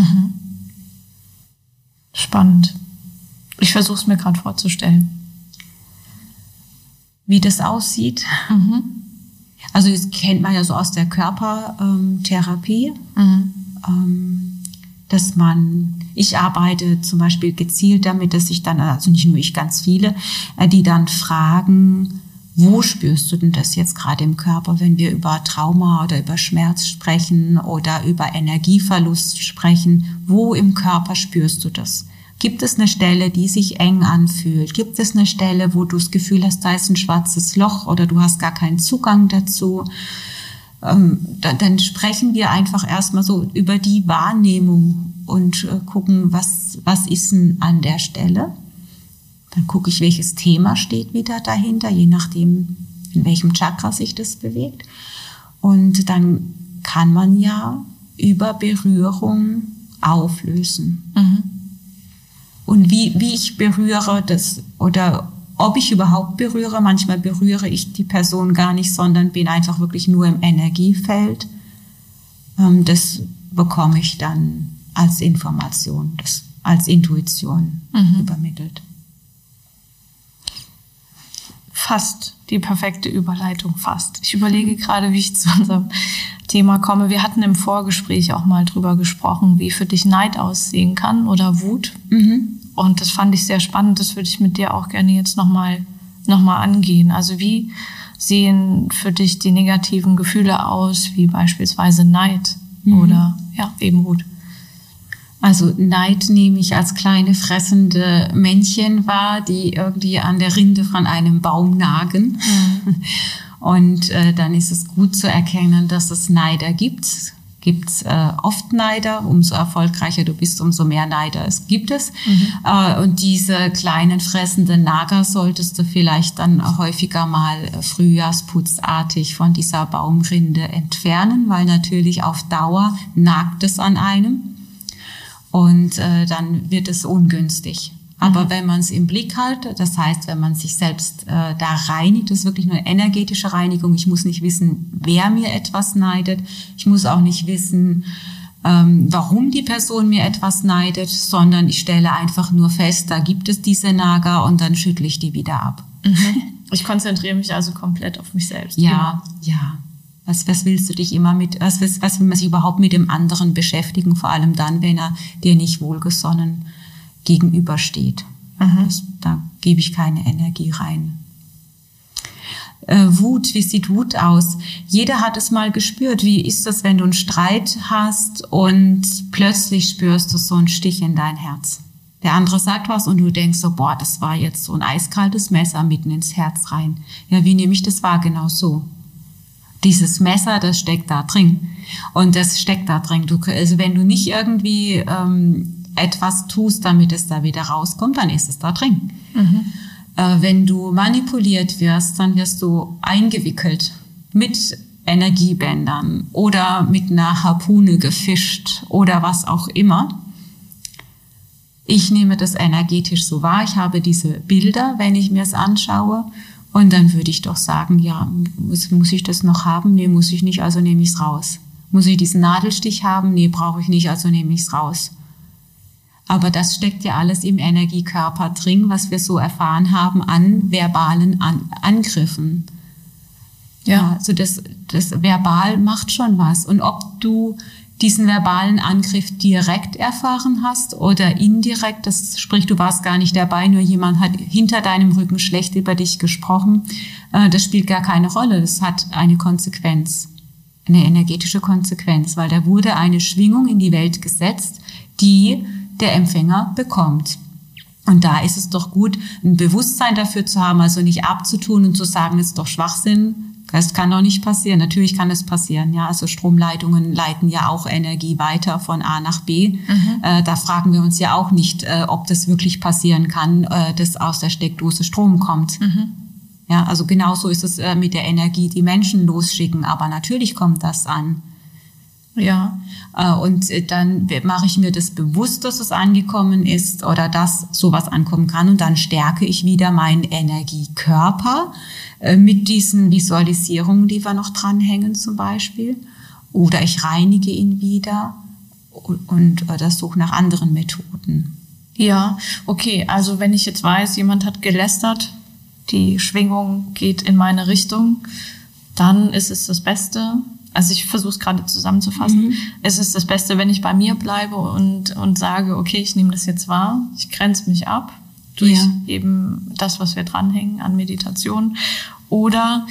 Spannend. Ich versuche es mir gerade vorzustellen. Wie das aussieht. Also das kennt man ja so aus der Körpertherapie, dass ich arbeite zum Beispiel gezielt damit, dass ich dann, also nicht nur ich, ganz viele, die dann fragen, wo spürst du denn das jetzt gerade im Körper, wenn wir über Trauma oder über Schmerz sprechen oder über Energieverlust sprechen? Wo im Körper spürst du das? Gibt es eine Stelle, die sich eng anfühlt? Gibt es eine Stelle, wo du das Gefühl hast, da ist ein schwarzes Loch oder du hast gar keinen Zugang dazu? Dann sprechen wir einfach erstmal so über die Wahrnehmung und gucken, was ist denn an der Stelle? Dann gucke ich, welches Thema steht wieder dahinter, je nachdem, in welchem Chakra sich das bewegt. Und dann kann man ja über Berührung auflösen. Und wie ich berühre das oder ob ich überhaupt berühre, manchmal berühre ich die Person gar nicht, sondern bin einfach wirklich nur im Energiefeld. Das bekomme ich dann als Information, als Intuition übermittelt. Fast die perfekte Überleitung, fast. Ich überlege gerade, wie ich zu unserem Thema komme. Wir hatten im Vorgespräch auch mal drüber gesprochen, wie für dich Neid aussehen kann oder Wut. Und das fand ich sehr spannend. Das würde ich mit dir auch gerne jetzt nochmal angehen. Also wie sehen für dich die negativen Gefühle aus, wie beispielsweise Neid oder eben Wut? Also Neid nehme ich als kleine fressende Männchen wahr, die irgendwie an der Rinde von einem Baum nagen. Und dann ist es gut zu erkennen, dass es Neider gibt. Gibt es oft Neider, umso erfolgreicher du bist, umso mehr Neider gibt es. Und diese kleinen fressenden Nager solltest du vielleicht dann häufiger mal frühjahrsputzartig von dieser Baumrinde entfernen, weil natürlich auf Dauer nagt es an einem. Und dann wird es ungünstig. Aber wenn man es im Blick hat, das heißt, wenn man sich selbst da reinigt, das ist wirklich nur eine energetische Reinigung. Ich muss nicht wissen, wer mir etwas neidet. Ich muss auch nicht wissen, warum die Person mir etwas neidet, sondern ich stelle einfach nur fest, da gibt es diese Nager und dann schüttle ich die wieder ab. Ich konzentriere mich also komplett auf mich selbst. Ja. Was willst du dich immer was will man sich überhaupt mit dem anderen beschäftigen, vor allem dann, wenn er dir nicht wohlgesonnen gegenübersteht. Da gebe ich keine Energie rein. Wut, wie sieht Wut aus? Jeder hat es mal gespürt. Wie ist das, wenn du einen Streit hast und plötzlich spürst du so einen Stich in dein Herz? Der andere sagt was und du denkst so, boah, das war jetzt so ein eiskaltes Messer mitten ins Herz rein. Ja, wie nehme ich das wahr? Genau so. Dieses Messer, das steckt da drin. Und das steckt da drin. Also wenn du nicht irgendwie etwas tust, damit es da wieder rauskommt, dann ist es da drin. Wenn du manipuliert wirst, dann wirst du eingewickelt mit Energiebändern oder mit einer Harpune gefischt oder was auch immer. Ich nehme das energetisch so wahr. Ich habe diese Bilder, wenn ich mir es anschaue. Und dann würde ich doch sagen, ja, muss ich das noch haben? Nee, muss ich nicht, also nehme ich es raus. Muss ich diesen Nadelstich haben? Nee, brauche ich nicht, also nehme ich es raus. Aber das steckt ja alles im Energiekörper drin, was wir so erfahren haben an verbalen Angriffen. Ja, also das Verbal macht schon was. Und ob du diesen verbalen Angriff direkt erfahren hast oder indirekt, sprich, du warst gar nicht dabei, nur jemand hat hinter deinem Rücken schlecht über dich gesprochen, das spielt gar keine Rolle. Das hat eine Konsequenz, eine energetische Konsequenz, weil da wurde eine Schwingung in die Welt gesetzt, die der Empfänger bekommt. Und da ist es doch gut, ein Bewusstsein dafür zu haben, also nicht abzutun und zu sagen, das ist doch Schwachsinn. Das kann doch nicht passieren. Natürlich kann es passieren. Ja, also Stromleitungen leiten ja auch Energie weiter von A nach B. Da fragen wir uns ja auch nicht, ob das wirklich passieren kann, dass aus der Steckdose Strom kommt. Ja, also genauso ist es mit der Energie, die Menschen losschicken. Aber natürlich kommt das an. Ja. Und dann mache ich mir das bewusst, dass es angekommen ist oder dass sowas ankommen kann. Und dann stärke ich wieder meinen Energiekörper mit diesen Visualisierungen, die wir noch dranhängen zum Beispiel. Oder ich reinige ihn wieder oder suche nach anderen Methoden. Ja, okay. Also wenn ich jetzt weiß, jemand hat gelästert, die Schwingung geht in meine Richtung, dann ist es das Beste. Also ich versuche es gerade zusammenzufassen. Es ist das Beste, wenn ich bei mir bleibe und sage, okay, ich nehme das jetzt wahr, ich grenze mich ab durch eben das, was wir dranhängen an Meditation. Oder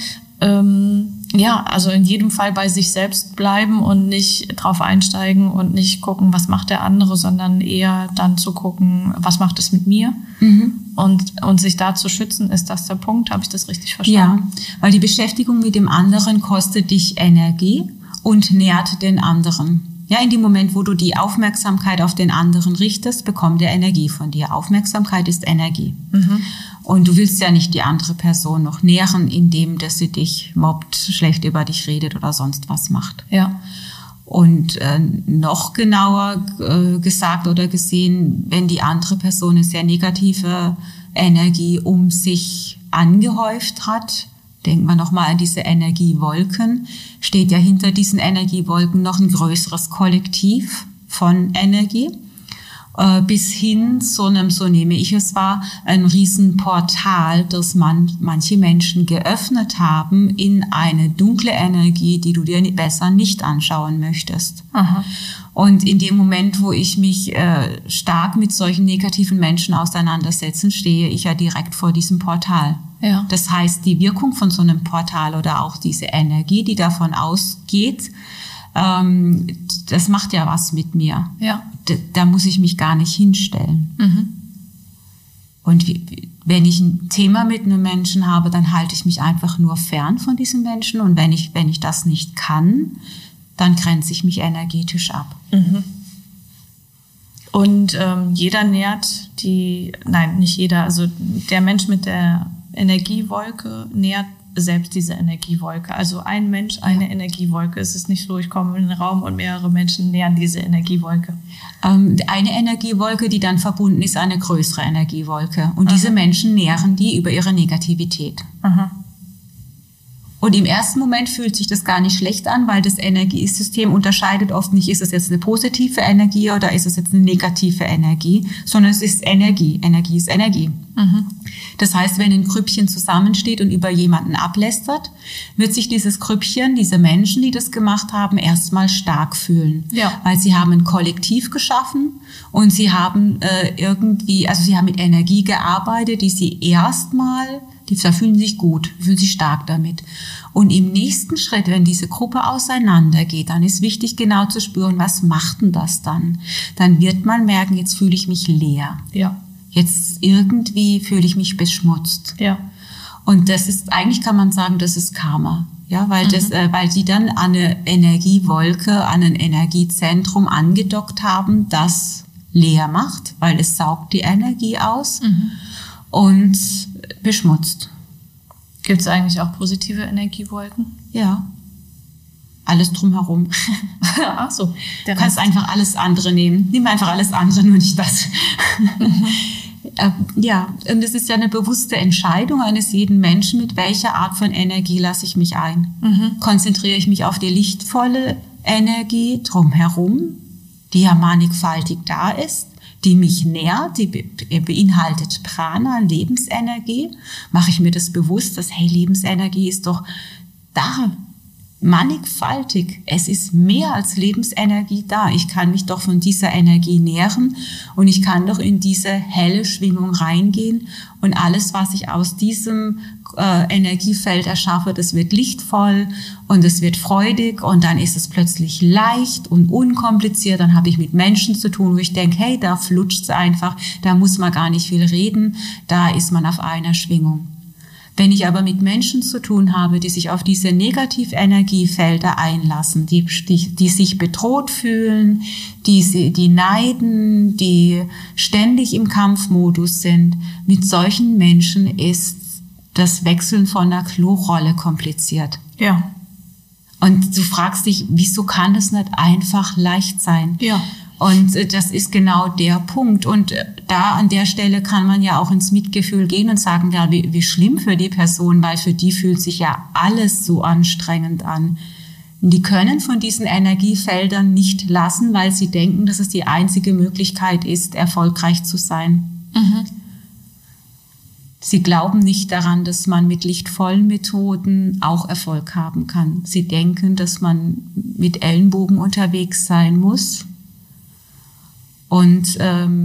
also in jedem Fall bei sich selbst bleiben und nicht drauf einsteigen und nicht gucken, was macht der andere, sondern eher dann zu gucken, was macht es mit mir? Und sich da zu schützen, ist das der Punkt? Habe ich das richtig verstanden? Ja, weil die Beschäftigung mit dem anderen kostet dich Energie und nährt den anderen. Ja, in dem Moment, wo du die Aufmerksamkeit auf den anderen richtest, bekommt er Energie von dir. Aufmerksamkeit ist Energie. Und du willst ja nicht die andere Person noch nähren, indem dass sie dich mobbt, schlecht über dich redet oder sonst was macht. Ja. Und noch genauer gesagt oder gesehen, wenn die andere Person eine sehr negative Energie um sich angehäuft hat, denken wir nochmal an diese Energiewolken, steht ja hinter diesen Energiewolken noch ein größeres Kollektiv von Energie. bis hin zu einem, so nehme ich es wahr, ein Riesenportal, das manche Menschen geöffnet haben in eine dunkle Energie, die du dir besser nicht anschauen möchtest. Aha. Und in dem Moment, wo ich mich stark mit solchen negativen Menschen auseinandersetze, stehe ich ja direkt vor diesem Portal. Ja. Das heißt, die Wirkung von so einem Portal oder auch diese Energie, die davon ausgeht, das macht ja was mit mir. Ja. Da muss ich mich gar nicht hinstellen. Mhm. Und wenn ich ein Thema mit einem Menschen habe, dann halte ich mich einfach nur fern von diesem Menschen. Und wenn ich das nicht kann, dann grenze ich mich energetisch ab. Mhm. Und jeder nährt nicht jeder, also der Mensch mit der Energiewolke nährt selbst diese Energiewolke. Also ein Mensch, eine Energiewolke. Es ist nicht so, ich komme in den Raum und mehrere Menschen nähern diese Energiewolke. Eine Energiewolke, die dann verbunden ist, eine größere Energiewolke. Und diese Menschen nähren die über ihre Negativität. Aha. Und im ersten Moment fühlt sich das gar nicht schlecht an, weil das Energiesystem unterscheidet oft nicht, ist es jetzt eine positive Energie oder ist es jetzt eine negative Energie, sondern es ist Energie. Energie ist Energie. Mhm. Das heißt, wenn ein Grüppchen zusammensteht und über jemanden ablästert, wird sich dieses Grüppchen, diese Menschen, die das gemacht haben, erstmal stark fühlen. Ja. Weil sie haben ein Kollektiv geschaffen und sie haben sie haben mit Energie gearbeitet, die sie da fühlen sie sich gut, fühlen sich stark damit. Und im nächsten Schritt, wenn diese Gruppe auseinandergeht, dann ist wichtig, genau zu spüren, was macht denn das dann? Dann wird man merken, jetzt fühle ich mich leer. Ja. Jetzt irgendwie fühle ich mich beschmutzt. Ja. Und das ist, eigentlich kann man sagen, das ist Karma. Ja, weil sie dann an eine Energiewolke, an ein Energiezentrum angedockt haben, das leer macht, weil es saugt die Energie aus und beschmutzt. Gibt es eigentlich auch positive Energiewolken? Ja. Alles drumherum. Ach so. Du kannst einfach alles andere nehmen. Nimm einfach alles andere, nur nicht das. Ja, und es ist ja eine bewusste Entscheidung eines jeden Menschen, mit welcher Art von Energie lasse ich mich ein. Konzentriere ich mich auf die lichtvolle Energie drumherum, die ja mannigfaltig da ist, die mich nährt, die beinhaltet Prana, Lebensenergie. Mache ich mir das bewusst, dass, Lebensenergie ist doch da, mannigfaltig. Es ist mehr als Lebensenergie da. Ich kann mich doch von dieser Energie nähren und ich kann doch in diese helle Schwingung reingehen und alles, was ich aus diesem Energiefeld erschaffe, das wird lichtvoll und es wird freudig und dann ist es plötzlich leicht und unkompliziert. Dann habe ich mit Menschen zu tun, wo ich denke, da flutscht es einfach, da muss man gar nicht viel reden, da ist man auf einer Schwingung. Wenn ich aber mit Menschen zu tun habe, die sich auf diese Negativenergiefelder einlassen, die sich bedroht fühlen, die neiden, die ständig im Kampfmodus sind, mit solchen Menschen ist das Wechseln von einer Klorolle kompliziert. Ja. Und du fragst dich, wieso kann das nicht einfach leicht sein? Ja. Und das ist genau der Punkt. Und da an der Stelle kann man ja auch ins Mitgefühl gehen und sagen, ja, wie schlimm für die Person, weil für die fühlt sich ja alles so anstrengend an. Und die können von diesen Energiefeldern nicht lassen, weil sie denken, dass es die einzige Möglichkeit ist, erfolgreich zu sein. Sie glauben nicht daran, dass man mit lichtvollen Methoden auch Erfolg haben kann. Sie denken, dass man mit Ellenbogen unterwegs sein muss. Und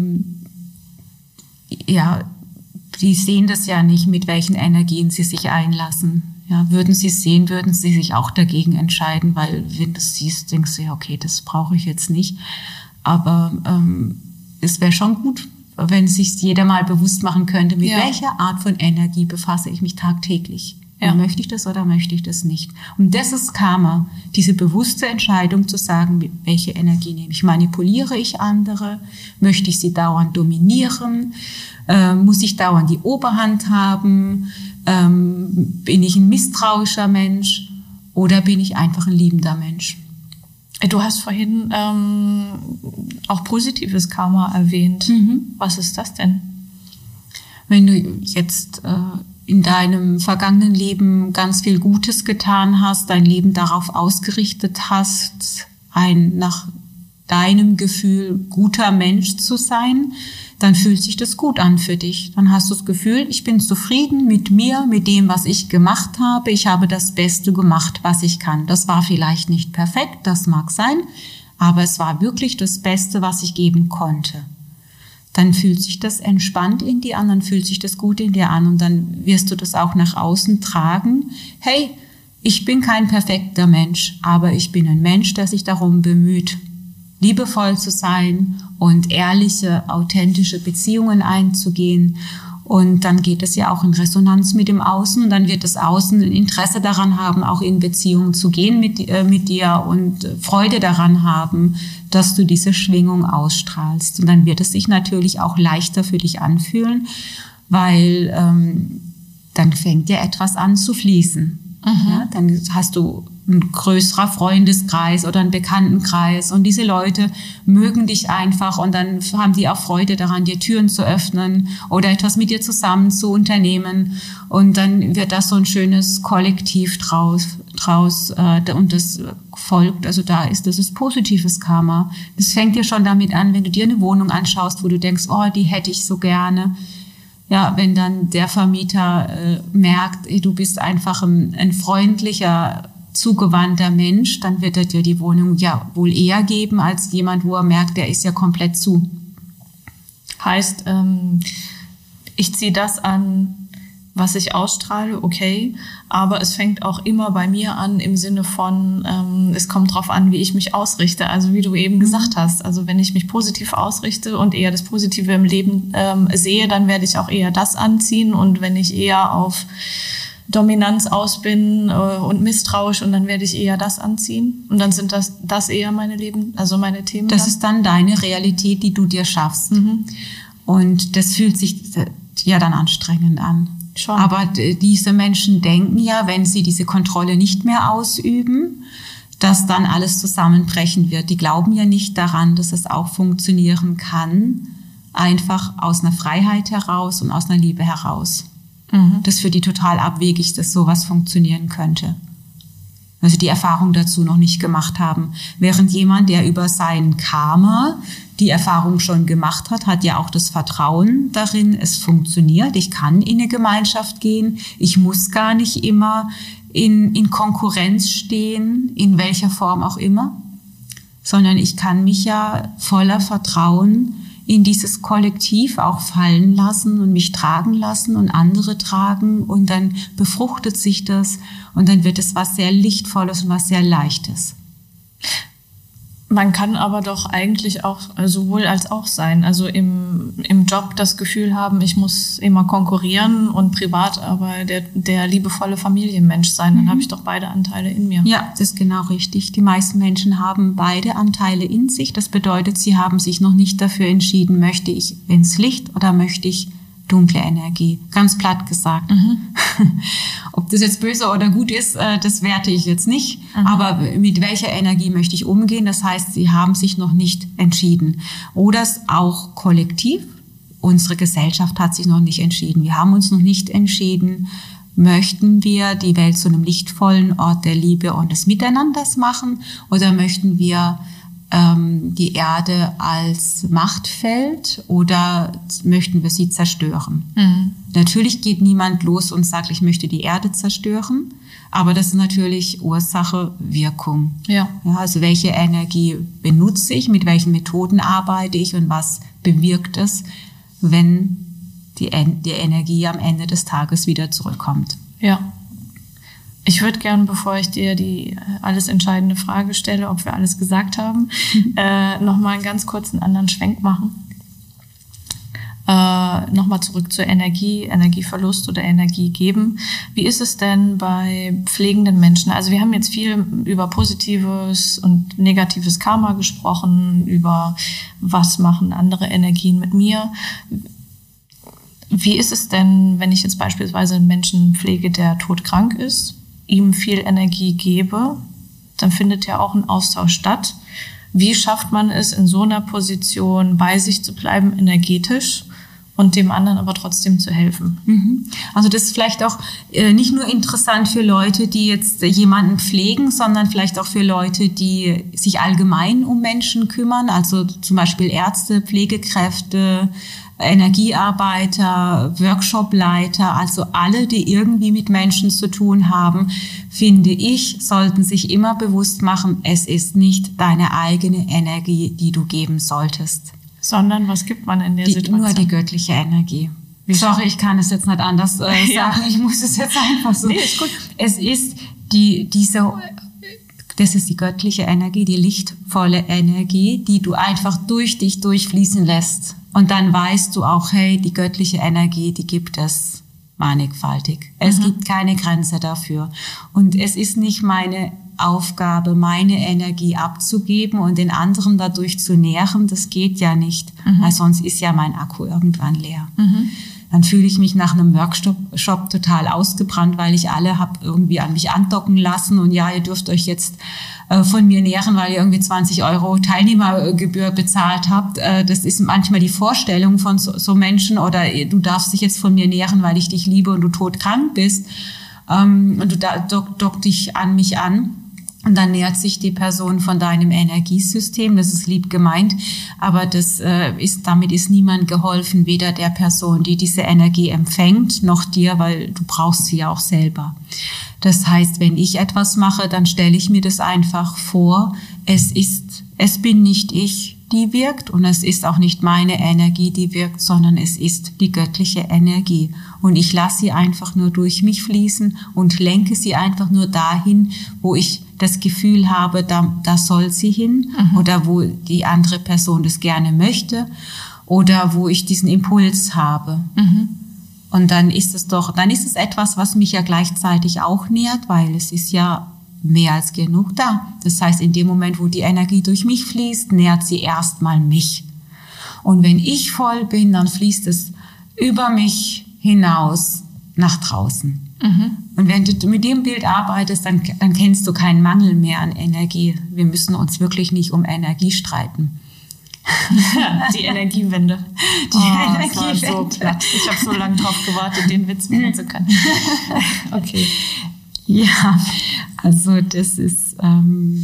die sehen das ja nicht, mit welchen Energien sie sich einlassen. Ja, würden sie es sehen, würden sie sich auch dagegen entscheiden, weil wenn du es siehst, denkst du ja, okay, das brauche ich jetzt nicht. Aber es wäre schon gut, wenn sich jeder mal bewusst machen könnte, mit welcher Art von Energie befasse ich mich tagtäglich. Ja. Möchte ich das oder möchte ich das nicht? Und das ist Karma, diese bewusste Entscheidung zu sagen, welche Energie nehme ich. Manipuliere ich andere? Möchte ich sie dauernd dominieren? Muss ich dauernd die Oberhand haben? Bin ich ein misstrauischer Mensch? Oder bin ich einfach ein liebender Mensch? Du hast vorhin auch positives Karma erwähnt. Was ist das denn? Wenn du jetzt in deinem vergangenen Leben ganz viel Gutes getan hast, dein Leben darauf ausgerichtet hast, nach deinem Gefühl, guter Mensch zu sein, dann fühlt sich das gut an für dich. Dann hast du das Gefühl, ich bin zufrieden mit mir, mit dem, was ich gemacht habe. Ich habe das Beste gemacht, was ich kann. Das war vielleicht nicht perfekt, das mag sein, aber es war wirklich das Beste, was ich geben konnte. Dann fühlt sich das entspannt in dir an, dann fühlt sich das gut in dir an und dann wirst du das auch nach außen tragen. Hey, ich bin kein perfekter Mensch, aber ich bin ein Mensch, der sich darum bemüht, liebevoll zu sein und ehrliche, authentische Beziehungen einzugehen. Und dann geht es ja auch in Resonanz mit dem Außen und dann wird das Außen ein Interesse daran haben, auch in Beziehungen zu gehen mit dir und Freude daran haben, dass du diese Schwingung ausstrahlst. Und dann wird es sich natürlich auch leichter für dich anfühlen, weil dann fängt ja etwas an zu fließen. Ja, dann hast du ein größerer Freundeskreis oder einen Bekanntenkreis und diese Leute mögen dich einfach und dann haben die auch Freude daran, dir Türen zu öffnen oder etwas mit dir zusammen zu unternehmen und dann wird das so ein schönes Kollektiv draus und das folgt, also da ist das positives Karma. Das fängt ja schon damit an, wenn du dir eine Wohnung anschaust, wo du denkst, oh, die hätte ich so gerne. Ja, wenn dann der Vermieter merkt, du bist einfach ein freundlicher, zugewandter Mensch, dann wird er dir die Wohnung ja wohl eher geben, als jemand, wo er merkt, der ist ja komplett zu. Heißt, ich ziehe das an, was ich ausstrahle, okay, aber es fängt auch immer bei mir an im Sinne von, es kommt drauf an, wie ich mich ausrichte, also wie du eben gesagt hast, also wenn ich mich positiv ausrichte und eher das Positive im Leben sehe, dann werde ich auch eher das anziehen und wenn ich eher auf Dominanz aus bin und misstrauisch und dann werde ich eher das anziehen und dann sind das eher meine Themen. Das ist dann deine Realität, die du dir schaffst. Und das fühlt sich ja dann anstrengend an. Schon. Aber diese Menschen denken ja, wenn sie diese Kontrolle nicht mehr ausüben, dass dann alles zusammenbrechen wird. Die glauben ja nicht daran, dass es auch funktionieren kann, einfach aus einer Freiheit heraus und aus einer Liebe heraus. Das ist für die total abwegig, dass sowas funktionieren könnte. Also die Erfahrung dazu noch nicht gemacht haben. Während jemand, der über sein Karma die Erfahrung schon gemacht hat, hat ja auch das Vertrauen darin, es funktioniert. Ich kann in eine Gemeinschaft gehen. Ich muss gar nicht immer in Konkurrenz stehen, in welcher Form auch immer, sondern ich kann mich ja voller Vertrauen in dieses Kollektiv auch fallen lassen und mich tragen lassen und andere tragen und dann befruchtet sich das und dann wird es was sehr Lichtvolles und was sehr Leichtes. Man kann aber doch eigentlich auch sowohl als auch sein. Also im Job das Gefühl haben, ich muss immer konkurrieren und privat aber der liebevolle Familienmensch sein. Dann habe ich doch beide Anteile in mir. Ja, das ist genau richtig. Die meisten Menschen haben beide Anteile in sich. Das bedeutet, sie haben sich noch nicht dafür entschieden, möchte ich ins Licht oder möchte ich dunkle Energie. Ganz platt gesagt. Ob das jetzt böse oder gut ist, das werte ich jetzt nicht. Aber mit welcher Energie möchte ich umgehen? Das heißt, sie haben sich noch nicht entschieden. Oder auch kollektiv. Unsere Gesellschaft hat sich noch nicht entschieden. Wir haben uns noch nicht entschieden, möchten wir die Welt zu einem lichtvollen Ort der Liebe und des Miteinanders machen? Oder möchten wir die Erde als Machtfeld oder möchten wir sie zerstören? Natürlich geht niemand los und sagt, ich möchte die Erde zerstören, aber das ist natürlich Ursache, Wirkung. Ja, also welche Energie benutze ich, mit welchen Methoden arbeite ich und was bewirkt es, wenn die Energie am Ende des Tages wieder zurückkommt. Ja. Ich würde gern, bevor ich dir die alles entscheidende Frage stelle, ob wir alles gesagt haben, nochmal einen ganz kurzen anderen Schwenk machen. Nochmal zurück zur Energie, Energieverlust oder Energie geben. Wie ist es denn bei pflegenden Menschen? Also wir haben jetzt viel über positives und negatives Karma gesprochen, über was machen andere Energien mit mir. Wie ist es denn, wenn ich jetzt beispielsweise einen Menschen pflege, der todkrank ist, ihm viel Energie gebe, dann findet ja auch ein Austausch statt. Wie schafft man es, in so einer Position bei sich zu bleiben, energetisch und dem anderen aber trotzdem zu helfen. Also das ist vielleicht auch nicht nur interessant für Leute, die jetzt jemanden pflegen, sondern vielleicht auch für Leute, die sich allgemein um Menschen kümmern, also zum Beispiel Ärzte, Pflegekräfte, Energiearbeiter, Workshopleiter, also alle, die irgendwie mit Menschen zu tun haben, finde ich, sollten sich immer bewusst machen, es ist nicht deine eigene Energie, die du geben solltest. Sondern was gibt man in der Situation? Nur die göttliche Energie. Sorry, ich kann es jetzt nicht anders sagen. Ich muss es jetzt einfach so. Nee, ist gut. Es ist das ist die göttliche Energie, die lichtvolle Energie, die du einfach durch dich durchfließen lässt. Und dann weißt du auch, hey, die göttliche Energie, die gibt es mannigfaltig. Es gibt keine Grenze dafür. Und es ist nicht meine Aufgabe, meine Energie abzugeben und den anderen dadurch zu nähren. Das geht ja nicht, weil sonst ist ja mein Akku irgendwann leer. Dann fühle ich mich nach einem Workshop total ausgebrannt, weil ich alle habe irgendwie an mich andocken lassen und ja, ihr dürft euch jetzt von mir nähren, weil ihr irgendwie 20 € Teilnehmergebühr bezahlt habt. Das ist manchmal die Vorstellung von so Menschen, oder du darfst dich jetzt von mir nähren, weil ich dich liebe und du todkrank bist, und du dock dich an mich an. Und dann nähert sich die Person von deinem Energiesystem, das ist lieb gemeint, aber damit ist niemand geholfen, weder der Person, die diese Energie empfängt, noch dir, weil du brauchst sie ja auch selber. Das heißt, wenn ich etwas mache, dann stelle ich mir das einfach vor, es bin nicht ich, die wirkt, und es ist auch nicht meine Energie, die wirkt, sondern es ist die göttliche Energie. Und ich lasse sie einfach nur durch mich fließen und lenke sie einfach nur dahin, wo ich das Gefühl habe, da soll sie hin, oder wo die andere Person das gerne möchte, oder wo ich diesen Impuls habe. Und dann ist es etwas, was mich ja gleichzeitig auch nährt, weil es ist ja mehr als genug da. Das heißt, in dem Moment, wo die Energie durch mich fließt, nährt sie erstmal mich. Und wenn ich voll bin, dann fließt es über mich hinaus nach draußen. Und wenn du mit dem Bild arbeitest, dann kennst du keinen Mangel mehr an Energie. Wir müssen uns wirklich nicht um Energie streiten. Die Energiewende. Das war so platt. Ich habe so lange drauf gewartet, den Witz machen zu können. Okay. Ja, also das ist eine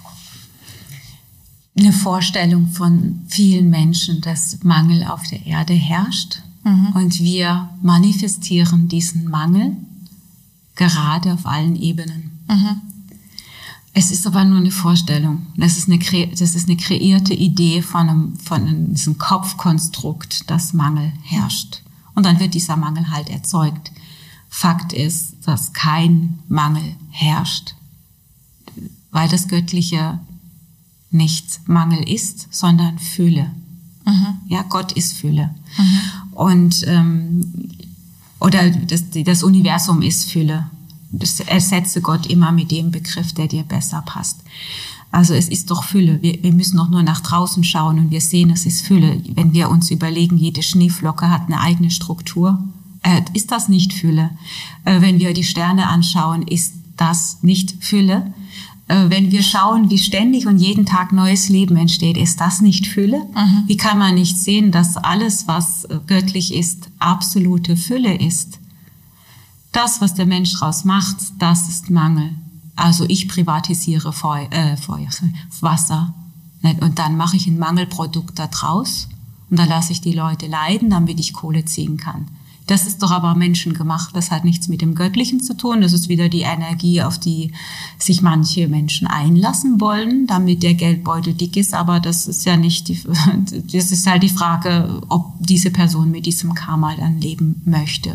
Vorstellung von vielen Menschen, dass Mangel auf der Erde herrscht. Und wir manifestieren diesen Mangel gerade auf allen Ebenen. Es ist aber nur eine Vorstellung. Das ist eine kreierte Idee von diesem Kopfkonstrukt, dass Mangel herrscht. Und dann wird dieser Mangel halt erzeugt. Fakt ist, dass kein Mangel herrscht, weil das Göttliche nicht Mangel ist, sondern Fülle. Ja, Gott ist Fülle. Und oder das Universum ist Fülle. Das ersetze Gott immer mit dem Begriff, der dir besser passt. Also es ist doch Fülle. Wir müssen doch nur nach draußen schauen und wir sehen, es ist Fülle. Wenn wir uns überlegen, jede Schneeflocke hat eine eigene Struktur, ist das nicht Fülle? Wenn wir die Sterne anschauen, ist das nicht Fülle? Wenn wir schauen, wie ständig und jeden Tag neues Leben entsteht, ist das nicht Fülle? Wie kann man nicht sehen, dass alles, was göttlich ist, absolute Fülle ist? Das, was der Mensch daraus macht, das ist Mangel. Also ich privatisiere Wasser, und dann mache ich ein Mangelprodukt da draus und dann lasse ich die Leute leiden, damit ich Kohle ziehen kann. Das ist doch aber menschengemacht. Das hat nichts mit dem Göttlichen zu tun. Das ist wieder die Energie, auf die sich manche Menschen einlassen wollen, damit der Geldbeutel dick ist. Aber das ist ja nicht das ist halt die Frage, ob diese Person mit diesem Karma dann leben möchte.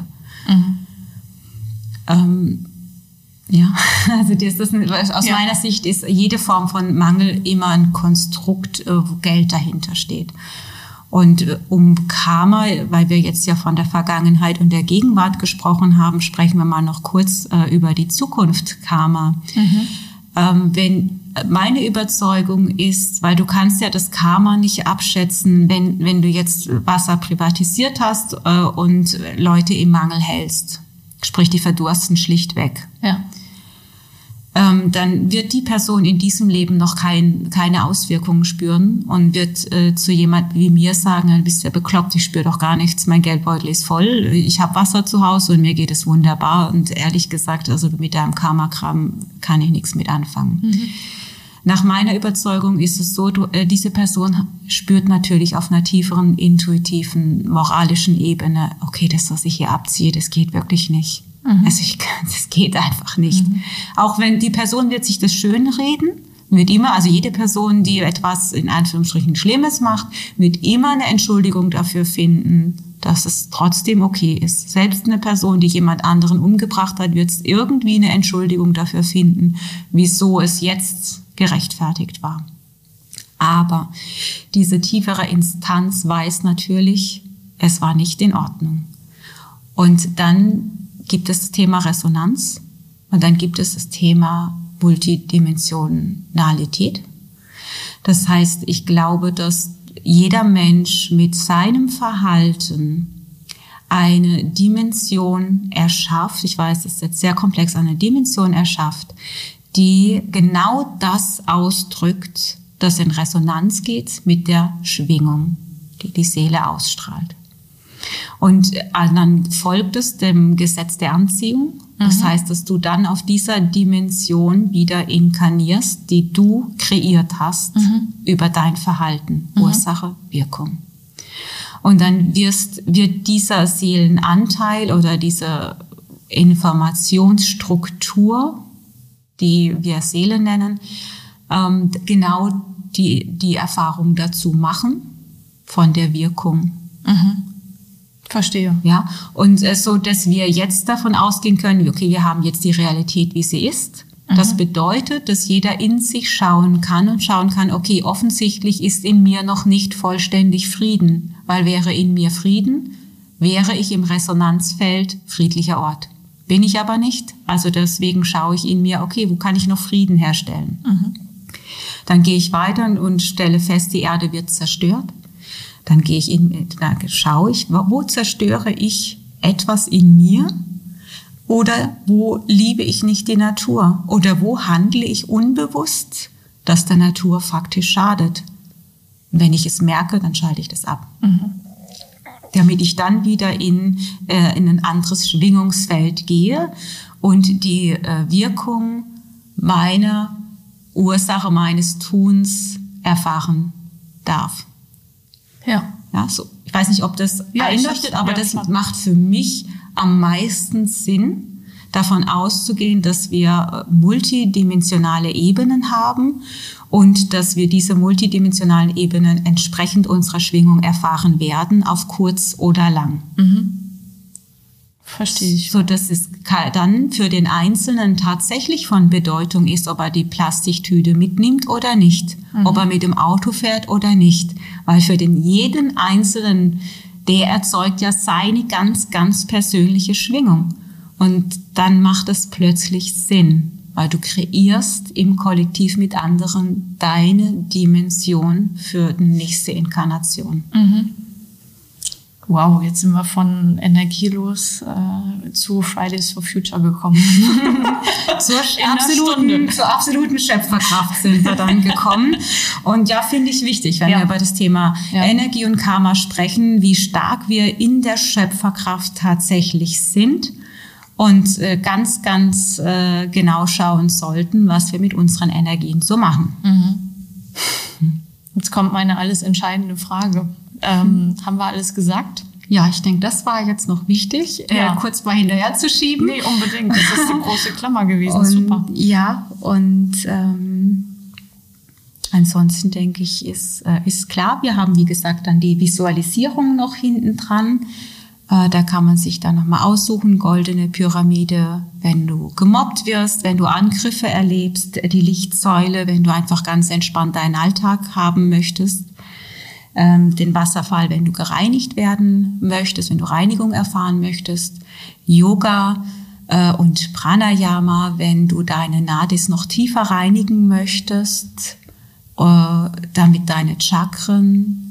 Ja, also aus meiner Sicht ist jede Form von Mangel immer ein Konstrukt, wo Geld dahinter steht. Und um Karma, weil wir jetzt ja von der Vergangenheit und der Gegenwart gesprochen haben, sprechen wir mal noch kurz über die Zukunft Karma. Wenn meine Überzeugung ist, weil du kannst ja das Karma nicht abschätzen, wenn du jetzt Wasser privatisiert hast und Leute im Mangel hältst. Sprich, die verdursten schlichtweg. Ja. dann wird die Person in diesem Leben noch keine Auswirkungen spüren und wird zu jemand wie mir sagen, dann bist du ja bekloppt, ich spüre doch gar nichts, mein Geldbeutel ist voll, ich habe Wasser zu Hause und mir geht es wunderbar. Und ehrlich gesagt, also mit deinem Karma-Kram kann ich nichts mit anfangen. Mhm. Nach meiner Überzeugung ist es so, diese Person spürt natürlich auf einer tieferen, intuitiven, moralischen Ebene, okay, das, was ich hier abziehe, das geht wirklich nicht. Also das geht einfach nicht. Auch wenn die Person wird sich das schönreden, wird immer, also jede Person, die etwas in Anführungsstrichen Schlimmes macht, wird immer eine Entschuldigung dafür finden, dass es trotzdem okay ist. Selbst eine Person, die jemand anderen umgebracht hat, wird irgendwie eine Entschuldigung dafür finden, wieso es jetzt gerechtfertigt war. Aber diese tiefere Instanz weiß natürlich, es war nicht in Ordnung. Und dann gibt es das Thema Resonanz und dann gibt es das Thema Multidimensionalität. Das heißt, ich glaube, dass jeder Mensch mit seinem Verhalten eine Dimension erschafft, ich weiß, das ist jetzt sehr komplex, eine Dimension erschafft, die genau das ausdrückt, das in Resonanz geht mit der Schwingung, die die Seele ausstrahlt. Und dann folgt es dem Gesetz der Anziehung. Das heißt, dass du dann auf dieser Dimension wieder inkarnierst, die du kreiert hast über dein Verhalten. Ursache, Wirkung. Und dann wird dieser Seelenanteil oder diese Informationsstruktur, die wir Seele nennen, genau die Erfahrung dazu machen von der Wirkung. Verstehe. Ja, und so, dass wir jetzt davon ausgehen können, okay, wir haben jetzt die Realität, wie sie ist. Das bedeutet, dass jeder in sich schauen kann, okay, offensichtlich ist in mir noch nicht vollständig Frieden, weil wäre in mir Frieden, wäre ich im Resonanzfeld friedlicher Ort. Bin ich aber nicht, also deswegen schaue ich in mir, okay, wo kann ich noch Frieden herstellen? Dann gehe ich weiter und stelle fest, die Erde wird zerstört. Dann schaue ich, wo zerstöre ich etwas in mir oder wo liebe ich nicht die Natur oder wo handle ich unbewusst, dass der Natur faktisch schadet. Und wenn ich es merke, dann schalte ich das ab. Damit ich dann wieder in ein anderes Schwingungsfeld gehe und die Wirkung meiner Ursache, meines Tuns erfahren darf. Ja, so. Ich weiß nicht, ob das einleuchtet, aber das macht für mich am meisten Sinn, davon auszugehen, dass wir multidimensionale Ebenen haben und dass wir diese multidimensionalen Ebenen entsprechend unserer Schwingung erfahren werden, auf kurz oder lang. Verstehe ich. So dass es dann für den Einzelnen tatsächlich von Bedeutung ist, ob er die Plastiktüte mitnimmt oder nicht, ob er mit dem Auto fährt oder nicht. Weil für jeden Einzelnen, der erzeugt ja seine ganz, ganz persönliche Schwingung. Und dann macht es plötzlich Sinn, weil du kreierst im Kollektiv mit anderen deine Dimension für die nächste Inkarnation. Wow, jetzt sind wir von energielos zu Fridays for Future gekommen. Zur absoluten Schöpferkraft sind wir dann gekommen. Und ja, finde ich wichtig, wenn wir über das Thema Energie und Karma sprechen, wie stark wir in der Schöpferkraft tatsächlich sind und ganz, ganz genau schauen sollten, was wir mit unseren Energien so machen. Jetzt kommt meine alles entscheidende Frage. Haben wir alles gesagt? Ja, ich denke, das war jetzt noch wichtig, kurz mal hinterher zu schieben. Nee, unbedingt. Das ist die große Klammer gewesen. Super. Ja, und ansonsten denke ich, ist klar, wir haben, wie gesagt, dann die Visualisierung noch hinten dran. Da kann man sich dann nochmal aussuchen, goldene Pyramide, wenn du gemobbt wirst, wenn du Angriffe erlebst, die Lichtsäule, wenn du einfach ganz entspannt deinen Alltag haben möchtest. Den Wasserfall, wenn du gereinigt werden möchtest, wenn du Reinigung erfahren möchtest, Yoga und Pranayama, wenn du deine Nadis noch tiefer reinigen möchtest, damit deine Chakren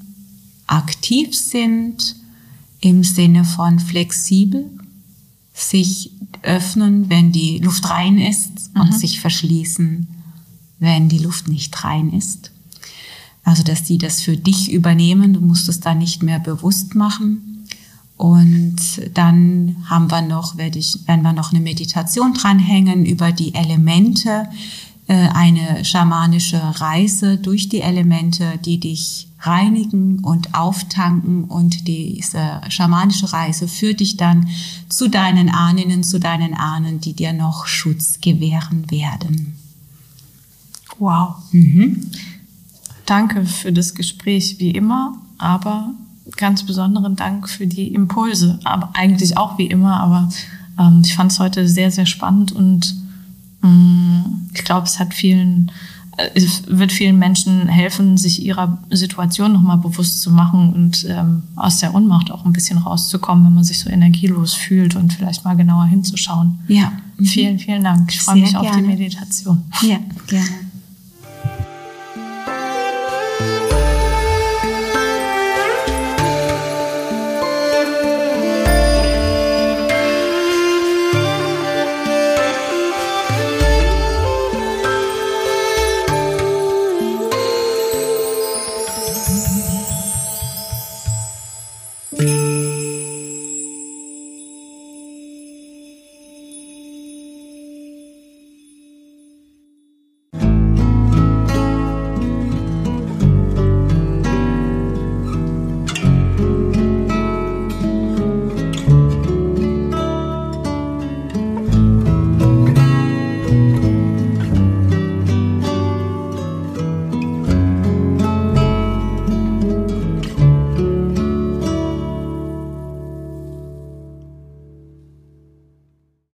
aktiv sind, im Sinne von flexibel, sich öffnen, wenn die Luft rein ist und sich verschließen, wenn die Luft nicht rein ist. Also, dass die das für dich übernehmen, du musst es dann nicht mehr bewusst machen. Und dann werden wir noch eine Meditation dranhängen über die Elemente, eine schamanische Reise durch die Elemente, die dich reinigen und auftanken, und diese schamanische Reise führt dich dann zu deinen Ahnen, die dir noch Schutz gewähren werden. Wow. Danke für das Gespräch wie immer, aber ganz besonderen Dank für die Impulse, aber eigentlich auch wie immer, aber ich fand es heute sehr, sehr spannend und ich glaube, es wird vielen Menschen helfen, sich ihrer Situation nochmal bewusst zu machen und aus der Ohnmacht auch ein bisschen rauszukommen, wenn man sich so energielos fühlt und vielleicht mal genauer hinzuschauen. Ja. Vielen, vielen Dank. Ich freue mich auf die Meditation. Ja, gerne.